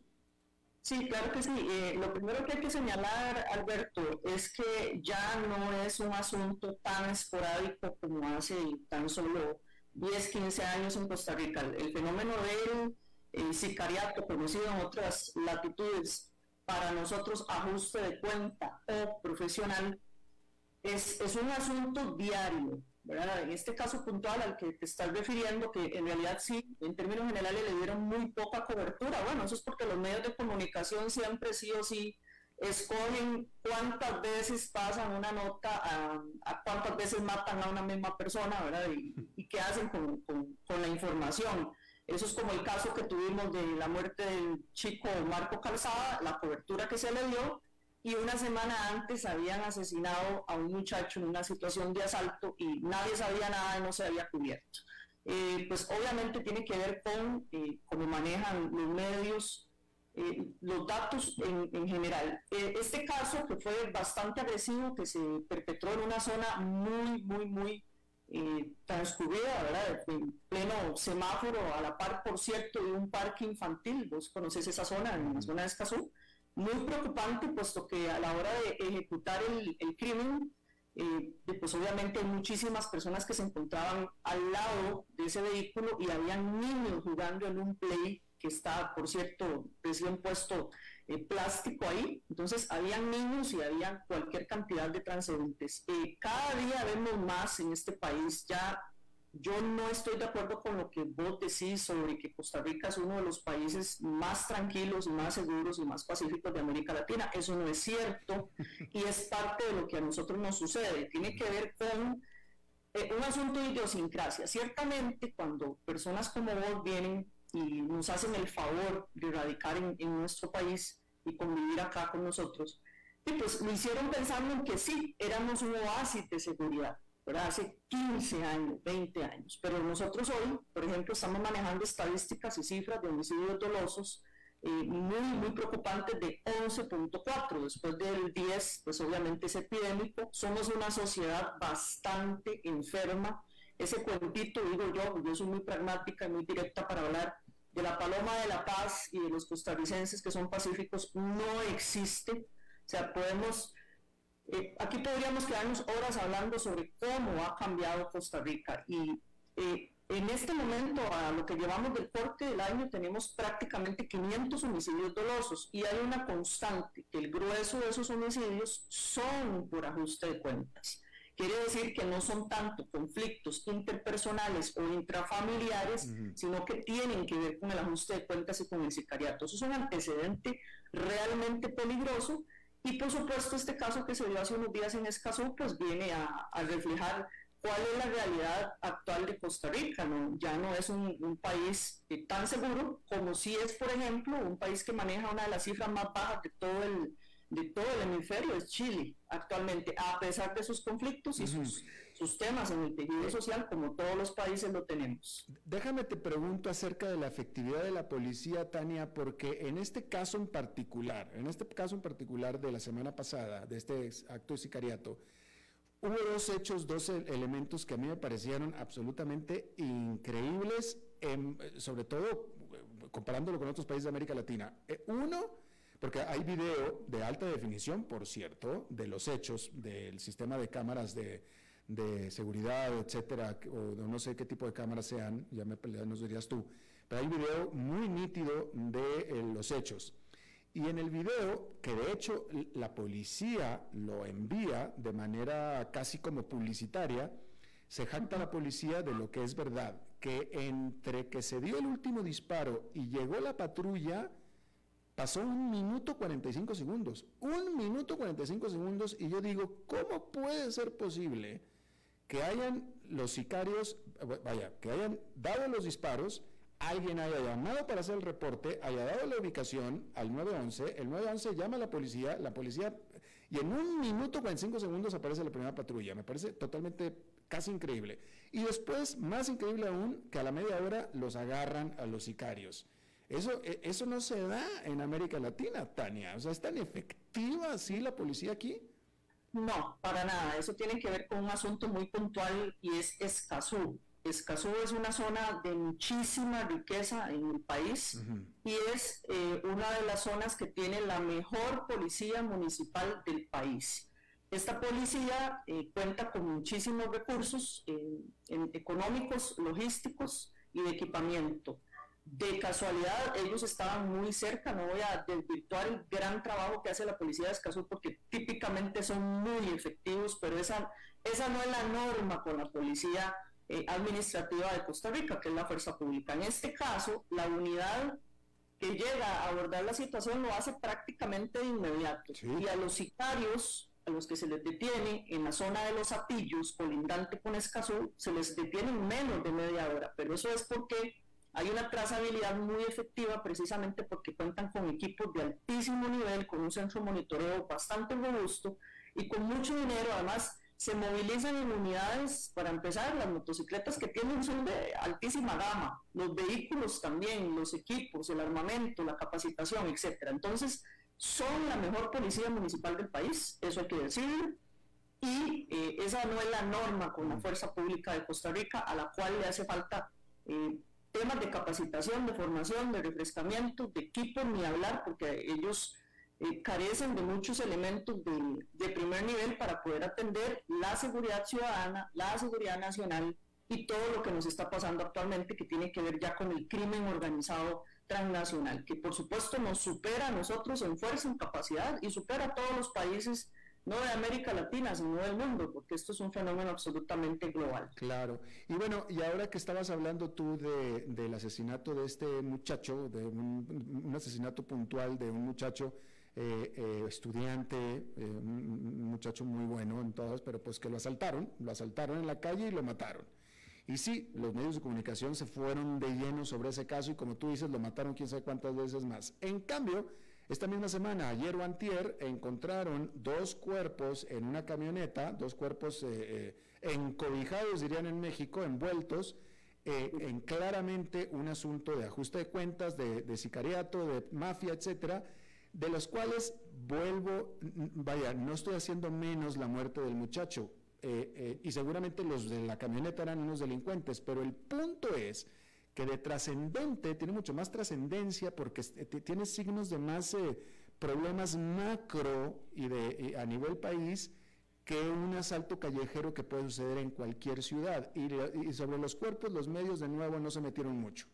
Sí, claro que sí. Eh, lo primero que hay que señalar, Alberto, es que ya no es un asunto tan esporádico como hace tan solo diez, quince años en Costa Rica. El fenómeno del eh, sicariato, conocido en otras latitudes, para nosotros ajuste de cuenta o profesional, es, es un asunto diario, ¿verdad? En este caso puntual al que te estás refiriendo, que en realidad sí, en términos generales le dieron muy poca cobertura. Bueno, eso es porque los medios de comunicación siempre sí o sí escogen cuántas veces pasan una nota, a, a cuántas veces matan a una misma persona, ¿verdad? Y, y qué hacen con, con, con la información. Eso es como el caso que tuvimos de la muerte del chico Marco Calzada, la cobertura que se le dio, y una semana antes habían asesinado a un muchacho en una situación de asalto y nadie sabía nada y no se había cubierto. Eh, pues obviamente tiene que ver con eh, cómo manejan los medios, eh, los datos en, en general. Eh, este caso, que fue bastante agresivo, que se perpetró en una zona muy, muy, muy eh, transcurrida, ¿verdad? En pleno semáforo, a la par, por cierto, de un parque infantil. Vos conocés esa zona, en la zona de Escazú. Muy preocupante, puesto que a la hora de ejecutar el, el crimen, eh, pues obviamente hay muchísimas personas que se encontraban al lado de ese vehículo y habían niños jugando en un play que está, por cierto, recién puesto eh, plástico ahí. Entonces habían niños y había cualquier cantidad de transeúntes. Eh, cada día vemos más en este país. Ya yo no estoy de acuerdo con lo que vos decís sobre que Costa Rica es uno de los países más tranquilos, más seguros y más pacíficos de América Latina. Eso no es cierto y es parte de lo que a nosotros nos sucede. Tiene que ver con eh, un asunto de idiosincrasia. Ciertamente, cuando personas como vos vienen y nos hacen el favor de radicar en, en nuestro país y convivir acá con nosotros, y pues lo hicieron pensando en que sí, éramos un oasis de seguridad, ¿verdad? Hace quince años, veinte años, pero nosotros hoy, por ejemplo, estamos manejando estadísticas y cifras de homicidios dolosos eh, muy, muy preocupantes de once punto cuatro, después del diez, pues obviamente es epidémico. Somos una sociedad bastante enferma. Ese cuentito, digo yo, yo soy muy pragmática y muy directa para hablar de la paloma de la paz y de los costarricenses que son pacíficos, no existe. O sea, podemos... Eh, aquí podríamos quedarnos horas hablando sobre cómo ha cambiado Costa Rica y eh, en este momento, a lo que llevamos del corte del año, tenemos prácticamente quinientos homicidios dolosos y hay una constante, que el grueso de esos homicidios son por ajuste de cuentas. Quiere decir que no son tanto conflictos interpersonales o intrafamiliares, uh-huh. sino que tienen que ver con el ajuste de cuentas y con el sicariato. Eso es un antecedente realmente peligroso. Y por supuesto este caso que se dio hace unos días en Escazú, pues viene a, a reflejar cuál es la realidad actual de Costa Rica, ¿no? Ya no es un, un país eh, tan seguro como si es, por ejemplo, un país que maneja una de las cifras más bajas de todo el, de todo el hemisferio, es Chile, actualmente, a pesar de sus conflictos y uh-huh. sus, sus temas en el tejido social, como todos los países lo tenemos. Déjame te pregunto acerca de la efectividad de la policía, Tania, porque en este caso en particular, en este caso en particular de la semana pasada, de este acto de sicariato, hubo dos hechos, dos elementos que a mí me parecieron absolutamente increíbles, en, sobre todo comparándolo con otros países de América Latina. Eh, uno, porque hay video de alta definición, por cierto, de los hechos, del sistema de cámaras de, de seguridad, etcétera, o no sé qué tipo de cámaras sean, ya me nos dirías tú, pero hay video muy nítido de eh, los hechos. Y en el video, que de hecho la policía lo envía de manera casi como publicitaria, se jacta la policía de lo que es verdad, que entre que se dio el último disparo y llegó la patrulla, pasó un minuto cuarenta y cinco segundos, un minuto cuarenta y cinco segundos, y yo digo, ¿cómo puede ser posible que hayan los sicarios, vaya, que hayan dado los disparos, alguien haya llamado para hacer el reporte, haya dado la ubicación al nueve once, el nueve once llama a la policía, la policía, y en un minuto cuarenta y cinco segundos aparece la primera patrulla? Me parece totalmente casi increíble. Y después, más increíble aún, que a la media hora los agarran a los sicarios. Eso, eso no se da en América Latina, Tania. O sea, ¿es tan efectiva así la policía aquí? No, para nada. Eso tiene que ver con un asunto muy puntual y es Escazú. Escazú es una zona de muchísima riqueza en el país uh-huh. y es eh, una de las zonas que tiene la mejor policía municipal del país. Esta policía eh, cuenta con muchísimos recursos eh, en, económicos, logísticos y de equipamiento. De casualidad, ellos estaban muy cerca, no voy a desvirtuar el gran trabajo que hace la policía de Escazú porque típicamente son muy efectivos, pero esa, esa no es la norma con la policía Eh, administrativa de Costa Rica, que es la fuerza pública. En este caso, la unidad que llega a abordar la situación lo hace prácticamente de inmediato. Sí. Y a los sicarios, a los que se les detiene en la zona de los Apillos, colindante con Escazú, se les detiene en menos de media hora, pero eso es porque hay una trazabilidad muy efectiva, precisamente porque cuentan con equipos de altísimo nivel, con un centro de monitoreo bastante robusto y con mucho dinero. Además, se movilizan en unidades, para empezar, las motocicletas que tienen son de altísima gama, los vehículos también, los equipos, el armamento, la capacitación, etcétera. Entonces, son la mejor policía municipal del país, eso hay que decirlo, y eh, esa no es la norma con la fuerza pública de Costa Rica, a la cual le hace falta eh, temas de capacitación, de formación, de refrescamiento, de equipos, ni hablar, porque ellos Eh, carecen de muchos elementos de, de primer nivel para poder atender la seguridad ciudadana, la seguridad nacional y todo lo que nos está pasando actualmente, que tiene que ver ya con el crimen organizado transnacional, que por supuesto nos supera a nosotros en fuerza, en capacidad, y supera a todos los países, no de América Latina, sino del mundo, porque esto es un fenómeno absolutamente global. Claro. Y bueno, y ahora que estabas hablando tú de, del asesinato de este muchacho, de un, un asesinato puntual de un muchacho Eh, eh, estudiante, eh, un muchacho muy bueno en todas, pero pues que lo asaltaron, lo asaltaron en la calle y lo mataron. Y sí, los medios de comunicación se fueron de lleno sobre ese caso y como tú dices, lo mataron quién sabe cuántas veces más. En cambio, esta misma semana, ayer o antier, encontraron dos cuerpos en una camioneta, dos cuerpos eh, eh, encobijados, dirían en México, envueltos, eh, en claramente un asunto de ajuste de cuentas, de, de sicariato, de mafia, etcétera, de los cuales vuelvo, vaya, no estoy haciendo menos la muerte del muchacho, eh, eh, y seguramente los de la camioneta eran unos delincuentes, pero el punto es que de trascendente, tiene mucho más trascendencia porque tiene signos de más eh, problemas macro y de y a nivel país que un asalto callejero que puede suceder en cualquier ciudad. Y, y sobre los cuerpos, los medios de nuevo no se metieron mucho.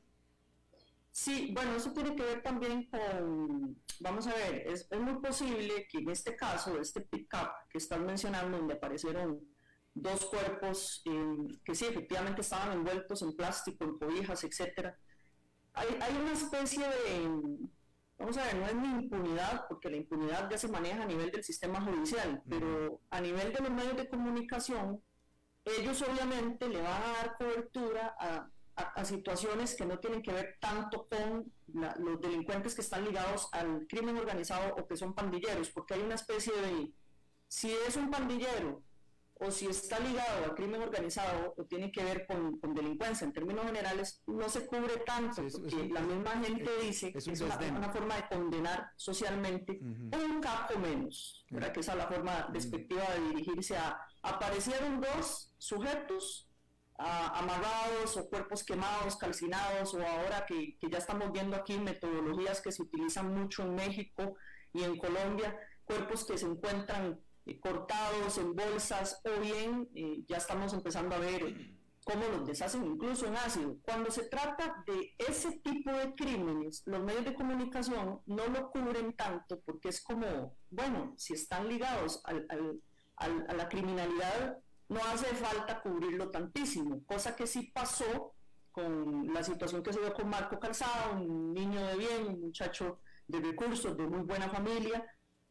Sí, bueno, eso tiene que ver también con, vamos a ver, es, es muy posible que en este caso, este pick-up que estás mencionando, donde aparecieron dos cuerpos eh, que sí, efectivamente estaban envueltos en plástico, en cobijas, etcétera, hay, hay una especie de, vamos a ver, no es ni impunidad, porque la impunidad ya se maneja a nivel del sistema judicial, pero a nivel de los medios de comunicación, ellos obviamente le van a dar cobertura a, a, a situaciones que no tienen que ver tanto con la, los delincuentes que están ligados al crimen organizado o que son pandilleros, porque hay una especie de, si es un pandillero o si está ligado al crimen organizado o tiene que ver con, con delincuencia, en términos generales, no se cubre tanto, sí, es, porque es un, la misma gente es, dice es que es una, una forma de condenar socialmente uh-huh. un capo menos, ¿verdad? Uh-huh. Que esa es la forma despectiva de dirigirse a, aparecieron dos sujetos a, amarrados o cuerpos quemados, calcinados, o ahora que, que ya estamos viendo aquí metodologías que se utilizan mucho en México y en Colombia, cuerpos que se encuentran Eh, cortados en bolsas, o bien eh, ya estamos empezando a ver cómo los deshacen incluso en ácido. Cuando se trata de ese tipo de crímenes, los medios de comunicación no lo cubren tanto, porque es como, bueno, si están ligados al, al, al, a la criminalidad, no hace falta cubrirlo tantísimo, cosa que sí pasó con la situación que se dio con Marco Calzada, un niño de bien, un muchacho de recursos, de muy buena familia,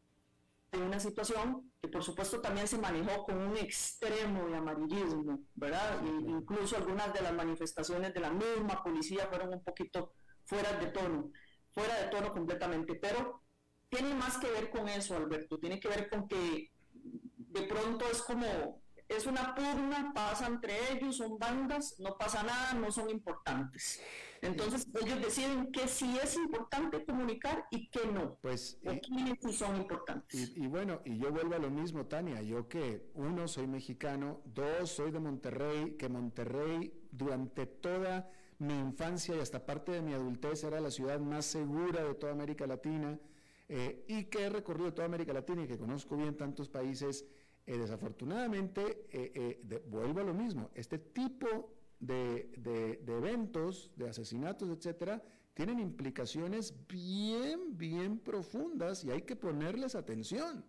de una situación que por supuesto también se manejó con un extremo de amarillismo, ¿verdad? E incluso algunas de las manifestaciones de la misma policía fueron un poquito fuera de tono, fuera de tono completamente, pero tiene más que ver con eso, Alberto, tiene que ver con que de pronto es como, es una pugna, pasa entre ellos, son bandas, no pasa nada, no son importantes. Entonces ellos deciden que sí es importante comunicar y que no, pues, o quiénes sí son importantes. Y, y bueno, y yo vuelvo a lo mismo, Tania, yo que uno, soy mexicano, dos, soy de Monterrey, que Monterrey durante toda mi infancia y hasta parte de mi adultez era la ciudad más segura de toda América Latina, eh, y que he recorrido toda América Latina y que conozco bien tantos países. Eh, desafortunadamente, eh, eh, de, vuelvo a lo mismo, este tipo de, de, de eventos, de asesinatos, etcétera, tienen implicaciones bien, bien profundas y hay que ponerles atención.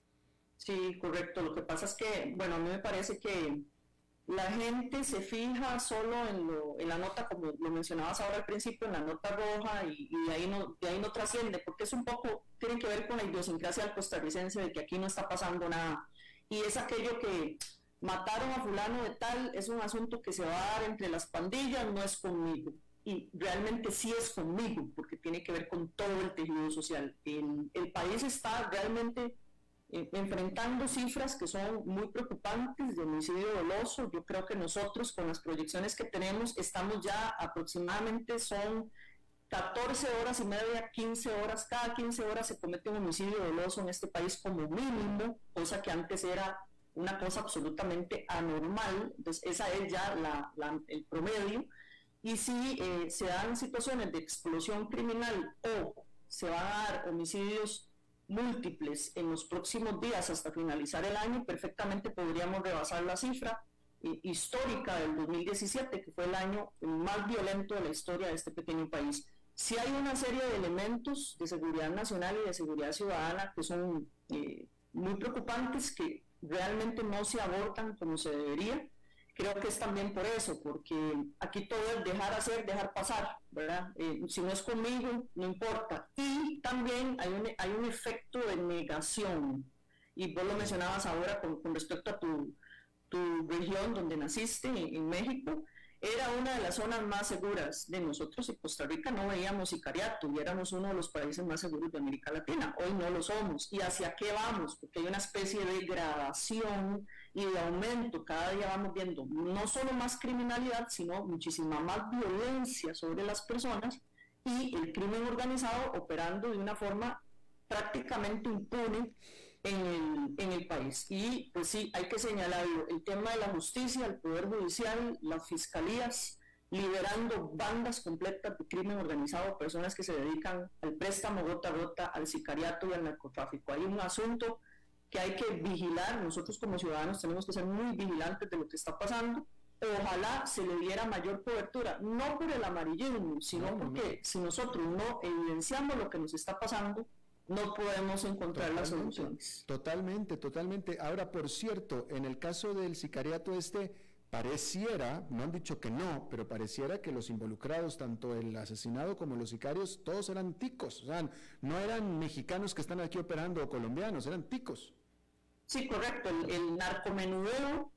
Sí, correcto. Lo que pasa es que, bueno, a mí me parece que la gente se fija solo en, lo, en la nota, como lo mencionabas ahora al principio, en la nota roja, y, y de, ahí no, de ahí no trasciende, porque es un poco, tiene que ver con la idiosincrasia del costarricense de que aquí no está pasando nada. Y es aquello que mataron a fulano de tal, es un asunto que se va a dar entre las pandillas, no es conmigo. Y realmente sí es conmigo, porque tiene que ver con todo el tejido social. El, el país está realmente eh, enfrentando cifras que son muy preocupantes de homicidio doloso. Yo creo que nosotros, con las proyecciones que tenemos, estamos ya aproximadamente, son catorce horas y media, quince horas, cada quince horas se comete un homicidio doloso en este país como mínimo, cosa que antes era una cosa absolutamente anormal. Entonces esa es ya la, la, el promedio, y si eh, se dan situaciones de explosión criminal o se van a dar homicidios múltiples en los próximos días hasta finalizar el año, perfectamente podríamos rebasar la cifra eh, histórica del dos mil diecisiete, que fue el año más violento de la historia de este pequeño país. Sí hay una serie de elementos de seguridad nacional y de seguridad ciudadana que son eh, muy preocupantes, que realmente no se abordan como se debería. Creo que es también por eso, porque aquí todo es dejar hacer, dejar pasar, ¿verdad? Eh, si no es conmigo, no importa. Y también hay un, hay un efecto de negación, y vos lo mencionabas ahora con, con respecto a tu, tu región donde naciste, en, en México. Era una de las zonas más seguras de nosotros. En Costa Rica no veíamos sicariato y éramos uno de los países más seguros de América Latina. Hoy no lo somos. ¿Y hacia qué vamos? Porque hay una especie de gradación y de aumento. Cada día vamos viendo no solo más criminalidad, sino muchísima más violencia sobre las personas, y el crimen organizado operando de una forma prácticamente impune en el, en el país. Y pues sí, hay que señalarlo, el tema de la justicia, el Poder Judicial, las fiscalías, liberando bandas completas de crimen organizado, personas que se dedican al préstamo gota a gota, al sicariato y al narcotráfico. Hay un asunto que hay que vigilar. Nosotros como ciudadanos tenemos que ser muy vigilantes de lo que está pasando. Ojalá se le diera mayor cobertura, no por el amarillismo, sino porque si nosotros no evidenciamos lo que nos está pasando, no podemos encontrar totalmente, las soluciones. Totalmente, totalmente. Ahora, por cierto, en el caso del sicariato este, pareciera, no han dicho que no, pero pareciera que los involucrados, tanto el asesinado como los sicarios, todos eran ticos. O sea, no eran mexicanos que están aquí operando o colombianos, eran ticos. Sí, correcto. El, el narcomenudeo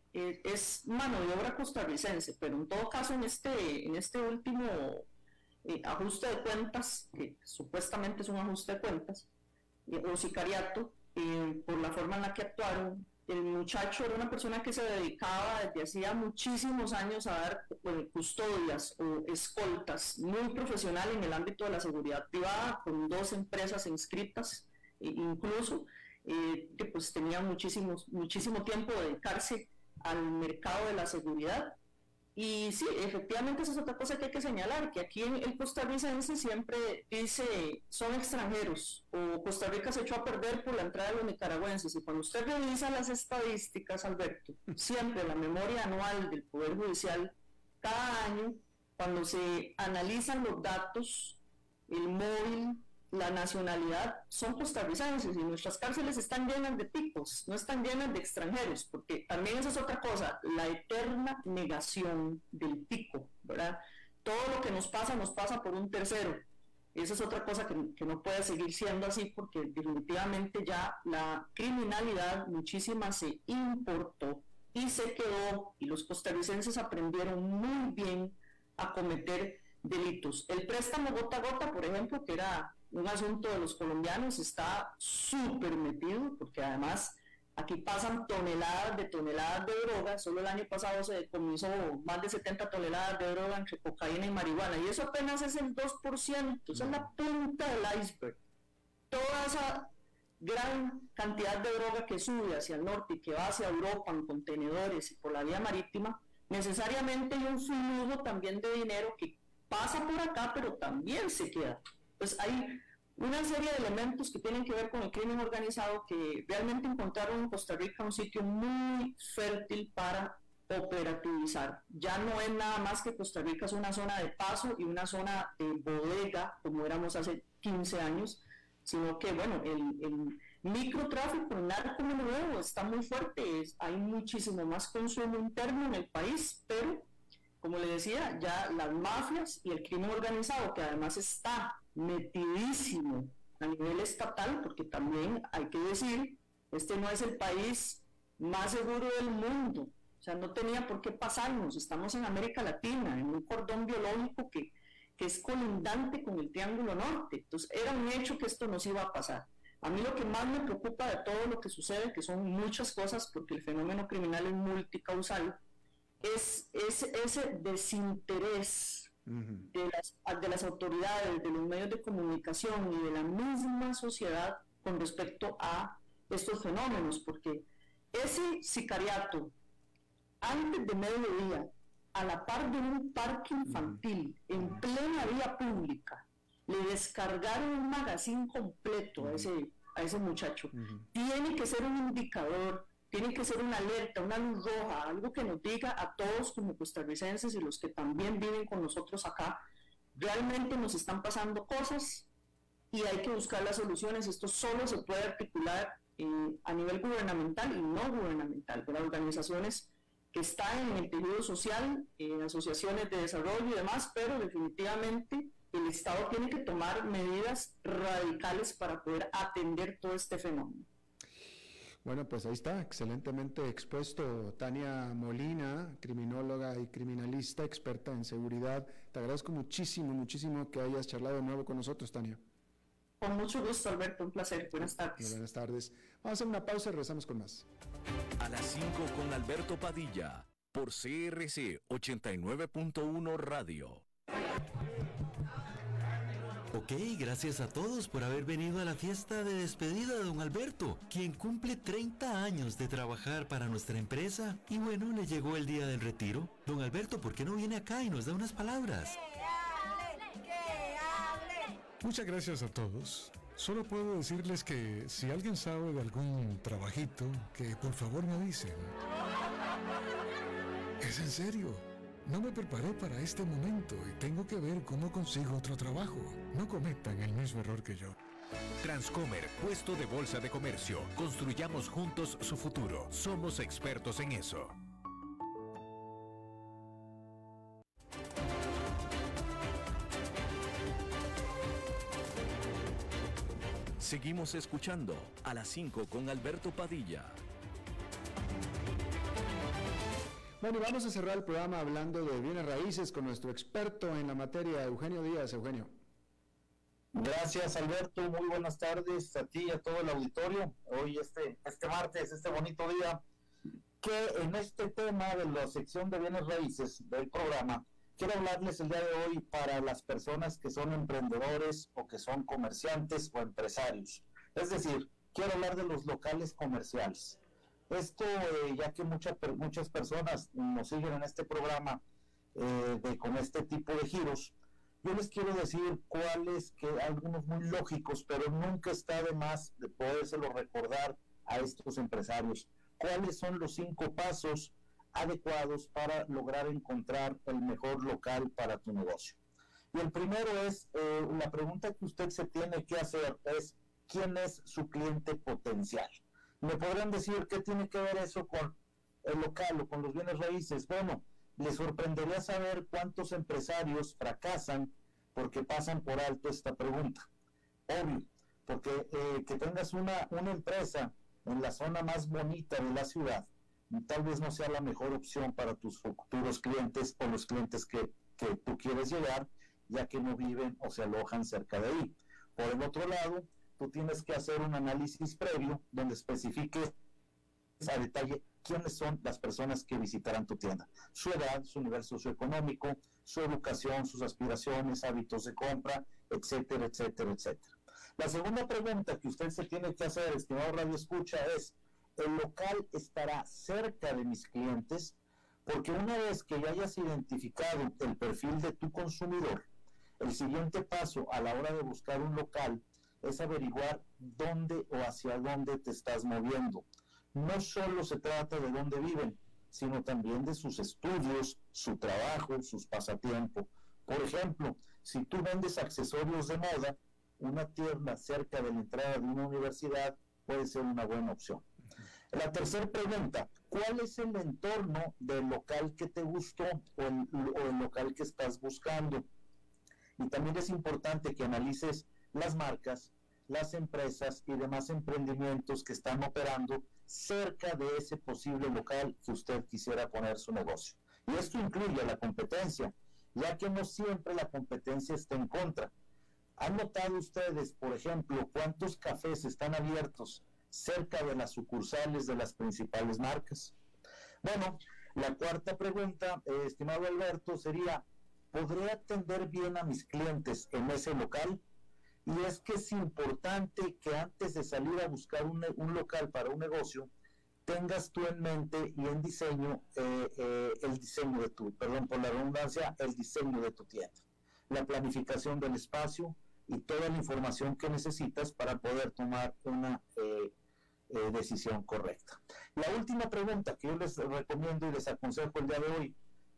eh, es mano de obra costarricense, pero en todo caso en este, en este último eh, ajuste de cuentas, que supuestamente es un ajuste de cuentas, eh, o sicariato, eh, por la forma en la que actuaron, el muchacho era una persona que se dedicaba desde hacía muchísimos años a dar bueno, custodias o escoltas, muy profesional en el ámbito de la seguridad privada, con dos empresas inscritas, e incluso, eh, que pues tenía muchísimos, muchísimo tiempo de dedicarse al mercado de la seguridad. Y sí, efectivamente esa es otra cosa que hay que señalar, que aquí en el costarricense siempre dice son extranjeros o Costa Rica se echó a perder por la entrada de los nicaragüenses, y cuando usted revisa las estadísticas, Alberto, siempre la memoria anual del Poder Judicial, cada año, cuando se analizan los datos, el móvil, la nacionalidad, son costarricenses, y nuestras cárceles están llenas de ticos, no están llenas de extranjeros, porque también esa es otra cosa, la eterna negación del tico, ¿verdad? Todo lo que nos pasa, nos pasa por un tercero. Esa es otra cosa que, que no puede seguir siendo así, porque definitivamente ya la criminalidad muchísima se importó y se quedó, y los costarricenses aprendieron muy bien a cometer delitos. El préstamo gota a gota, por ejemplo, que era un asunto de los colombianos, está súper metido, porque además aquí pasan toneladas de toneladas de droga. Solo el año pasado se decomisó más de setenta toneladas de droga entre cocaína y marihuana, y eso apenas es el dos por ciento, esa es la punta del iceberg. Toda esa gran cantidad de droga que sube hacia el norte y que va hacia Europa en contenedores y por la vía marítima, necesariamente hay un flujo también de dinero que pasa por acá, pero también se queda. Pues hay una serie de elementos que tienen que ver con el crimen organizado que realmente encontraron en Costa Rica un sitio muy fértil para operativizar. Ya no es nada más que Costa Rica es una zona de paso y una zona de bodega, como éramos hace quince años, sino que, bueno, el, el microtráfico, el narcomenudeo está muy fuerte, es, hay muchísimo más consumo interno en el país, pero, como le decía, ya las mafias y el crimen organizado, que además está metidísimo a nivel estatal, porque también hay que decir, este no es el país más seguro del mundo, o sea, no tenía por qué pasarnos, estamos en América Latina, en un cordón biológico que, que es colindante con el Triángulo Norte, entonces era un hecho que esto nos iba a pasar. A mí lo que más me preocupa de todo lo que sucede, que son muchas cosas, porque el fenómeno criminal es multicausal, es, es ese desinterés de las, de las autoridades, de los medios de comunicación y de la misma sociedad con respecto a estos fenómenos, porque ese sicariato antes de mediodía, a la par de un parque infantil, en plena vía pública, le descargaron un magazine completo a ese, a ese muchacho. Uh-huh. Tiene que ser un indicador, tiene que ser una alerta, una luz roja, algo que nos diga a todos como costarricenses y los que también viven con nosotros acá, realmente nos están pasando cosas y hay que buscar las soluciones. Esto solo se puede articular eh, a nivel gubernamental y no gubernamental, con las organizaciones que están en el tejido social, en asociaciones de desarrollo y demás, pero definitivamente el Estado tiene que tomar medidas radicales para poder atender todo este fenómeno. Bueno, pues ahí está, excelentemente expuesto Tania Molina, criminóloga y criminalista, experta en seguridad. Te agradezco muchísimo, muchísimo que hayas charlado de nuevo con nosotros, Tania. Con mucho gusto, Alberto, un placer. Buenas tardes. Buenas tardes. Vamos a hacer una pausa y regresamos con más. A las cinco con Alberto Padilla, por C R C ochenta y nueve punto uno Radio. Ok, gracias a todos por haber venido a la fiesta de despedida de don Alberto, quien cumple treinta años de trabajar para nuestra empresa. Y bueno, le llegó el día del retiro. Don Alberto, ¿por qué no viene acá y nos da unas palabras? ¡Que hable! ¡Que hable! Muchas gracias a todos. Solo puedo decirles que si alguien sabe de algún trabajito, que por favor me avisen. Es en serio. No me preparé para este momento y tengo que ver cómo consigo otro trabajo. No cometan el mismo error que yo. Transcomer, puesto de bolsa de comercio. Construyamos juntos su futuro. Somos expertos en eso. Seguimos escuchando a las cinco con Alberto Padilla. Bueno, y vamos a cerrar el programa hablando de bienes raíces con nuestro experto en la materia, Eugenio Díaz. Eugenio. Gracias, Alberto. Muy buenas tardes a ti y a todo el auditorio. Hoy, este, este martes, este bonito día, que en este tema de la sección de bienes raíces del programa, quiero hablarles el día de hoy para las personas que son emprendedores o que son comerciantes o empresarios. Es decir, quiero hablar de los locales comerciales. Esto, eh, ya que mucha, muchas personas nos siguen en este programa eh, de, con este tipo de giros, yo les quiero decir cuáles, que algunos muy lógicos, pero nunca está de más de podérselo recordar a estos empresarios. ¿Cuáles son los cinco pasos adecuados para lograr encontrar el mejor local para tu negocio? Y el primero es, eh, la pregunta que usted se tiene que hacer es, ¿quién es su cliente potencial? Me podrán decir, ¿qué tiene que ver eso con el local o con los bienes raíces? Bueno, les sorprendería saber cuántos empresarios fracasan porque pasan por alto esta pregunta. Obvio, porque eh, que tengas una, una empresa en la zona más bonita de la ciudad, tal vez no sea la mejor opción para tus futuros clientes o los clientes que, que tú quieres llegar, ya que no viven o se alojan cerca de ahí. Por el otro lado, tú tienes que hacer un análisis previo donde especifiques a detalle quiénes son las personas que visitarán tu tienda, su edad, su nivel socioeconómico, su educación, sus aspiraciones, hábitos de compra, etcétera, etcétera, etcétera. La segunda pregunta que usted se tiene que hacer, estimado Radio Escucha, es, ¿el local estará cerca de mis clientes? Porque una vez que ya hayas identificado el perfil de tu consumidor, el siguiente paso a la hora de buscar un local es averiguar dónde o hacia dónde te estás moviendo. No solo se trata de dónde viven, sino también de sus estudios, su trabajo, sus pasatiempos. Por ejemplo, si tú vendes accesorios de moda, una tienda cerca de la entrada de una universidad puede ser una buena opción. La tercera pregunta, ¿cuál es el entorno del local que te gustó o el, o el local que estás buscando? Y también es importante que analices las marcas, las empresas y demás emprendimientos que están operando cerca de ese posible local que usted quisiera poner su negocio. Y esto incluye la competencia, ya que no siempre la competencia está en contra. ¿Han notado ustedes, por ejemplo, cuántos cafés están abiertos cerca de las sucursales de las principales marcas? Bueno, la cuarta pregunta, eh, estimado Alberto, sería, ¿podré atender bien a mis clientes en ese local? Y es que es importante que antes de salir a buscar un, un local para un negocio, tengas tú en mente y en diseño, eh, eh, el diseño de tu, perdón por la redundancia, el diseño de tu tienda, la planificación del espacio y toda la información que necesitas para poder tomar una eh, eh, decisión correcta. La última pregunta que yo les recomiendo y les aconsejo el día de hoy,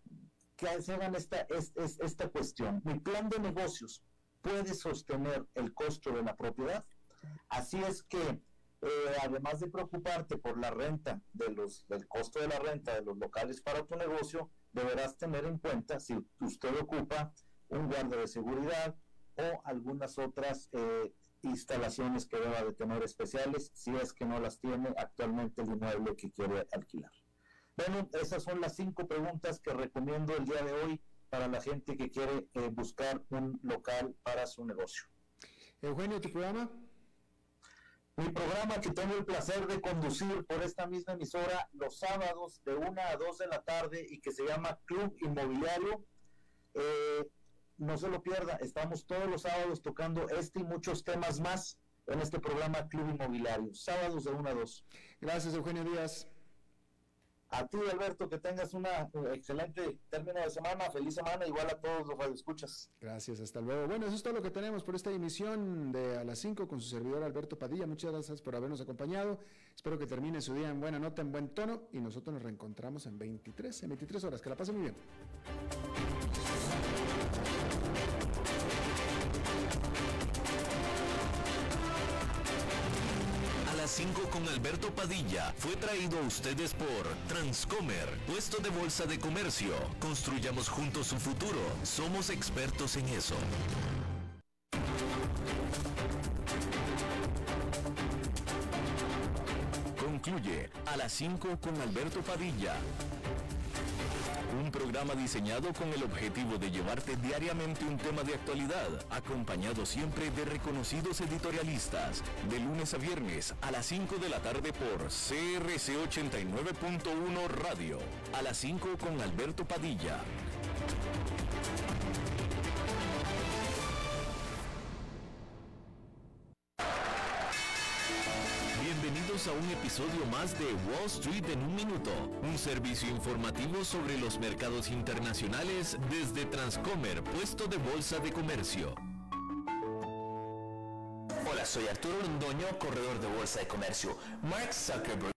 que se hagan esta, es, es, esta cuestión. ¿Mi plan de negocios puede sostener el costo de la propiedad? Así es que, eh, además de preocuparte por la renta, de los, del costo de la renta de los locales para tu negocio, deberás tener en cuenta si usted ocupa un guardia de seguridad o algunas otras eh, instalaciones que deba de tener especiales, si es que no las tiene actualmente el inmueble que quiere alquilar. Bueno, esas son las cinco preguntas que recomiendo el día de hoy para la gente que quiere eh, buscar un local para su negocio. Eugenio, ¿tu programa? Mi programa que tengo el placer de conducir por esta misma emisora los sábados de una a dos de la tarde y que se llama Club Inmobiliario. Eh, no se lo pierda, estamos todos los sábados tocando este y muchos temas más en este programa Club Inmobiliario, sábados de una a dos. Gracias, Eugenio Díaz. A ti, Alberto, que tengas un excelente término de semana, feliz semana, igual a todos los radioescuchas. Gracias, hasta luego. Bueno, eso es todo lo que tenemos por esta emisión de A las cinco con su servidor Alberto Padilla. Muchas gracias por habernos acompañado. Espero que termine su día en buena nota, en buen tono, y nosotros nos reencontramos en veintitrés, en veintitrés horas. Que la pasen muy bien. cinco con Alberto Padilla fue traído a ustedes por Transcomer, puesto de bolsa de comercio. Construyamos juntos su futuro. Somos expertos en eso. Concluye A las cinco con Alberto Padilla. programa diseñado con el objetivo de llevarte diariamente un tema de actualidad, acompañado siempre de reconocidos editorialistas, de lunes a viernes a las cinco de la tarde por C R C ochenta y nueve punto uno Radio, a las cinco con Alberto Padilla. Bienvenidos a un episodio más de Wall Street en un minuto, un servicio informativo sobre los mercados internacionales desde Transcomer, puesto de bolsa de comercio. Hola, soy Arturo Londoño, corredor de bolsa de comercio. Mark Zuckerberg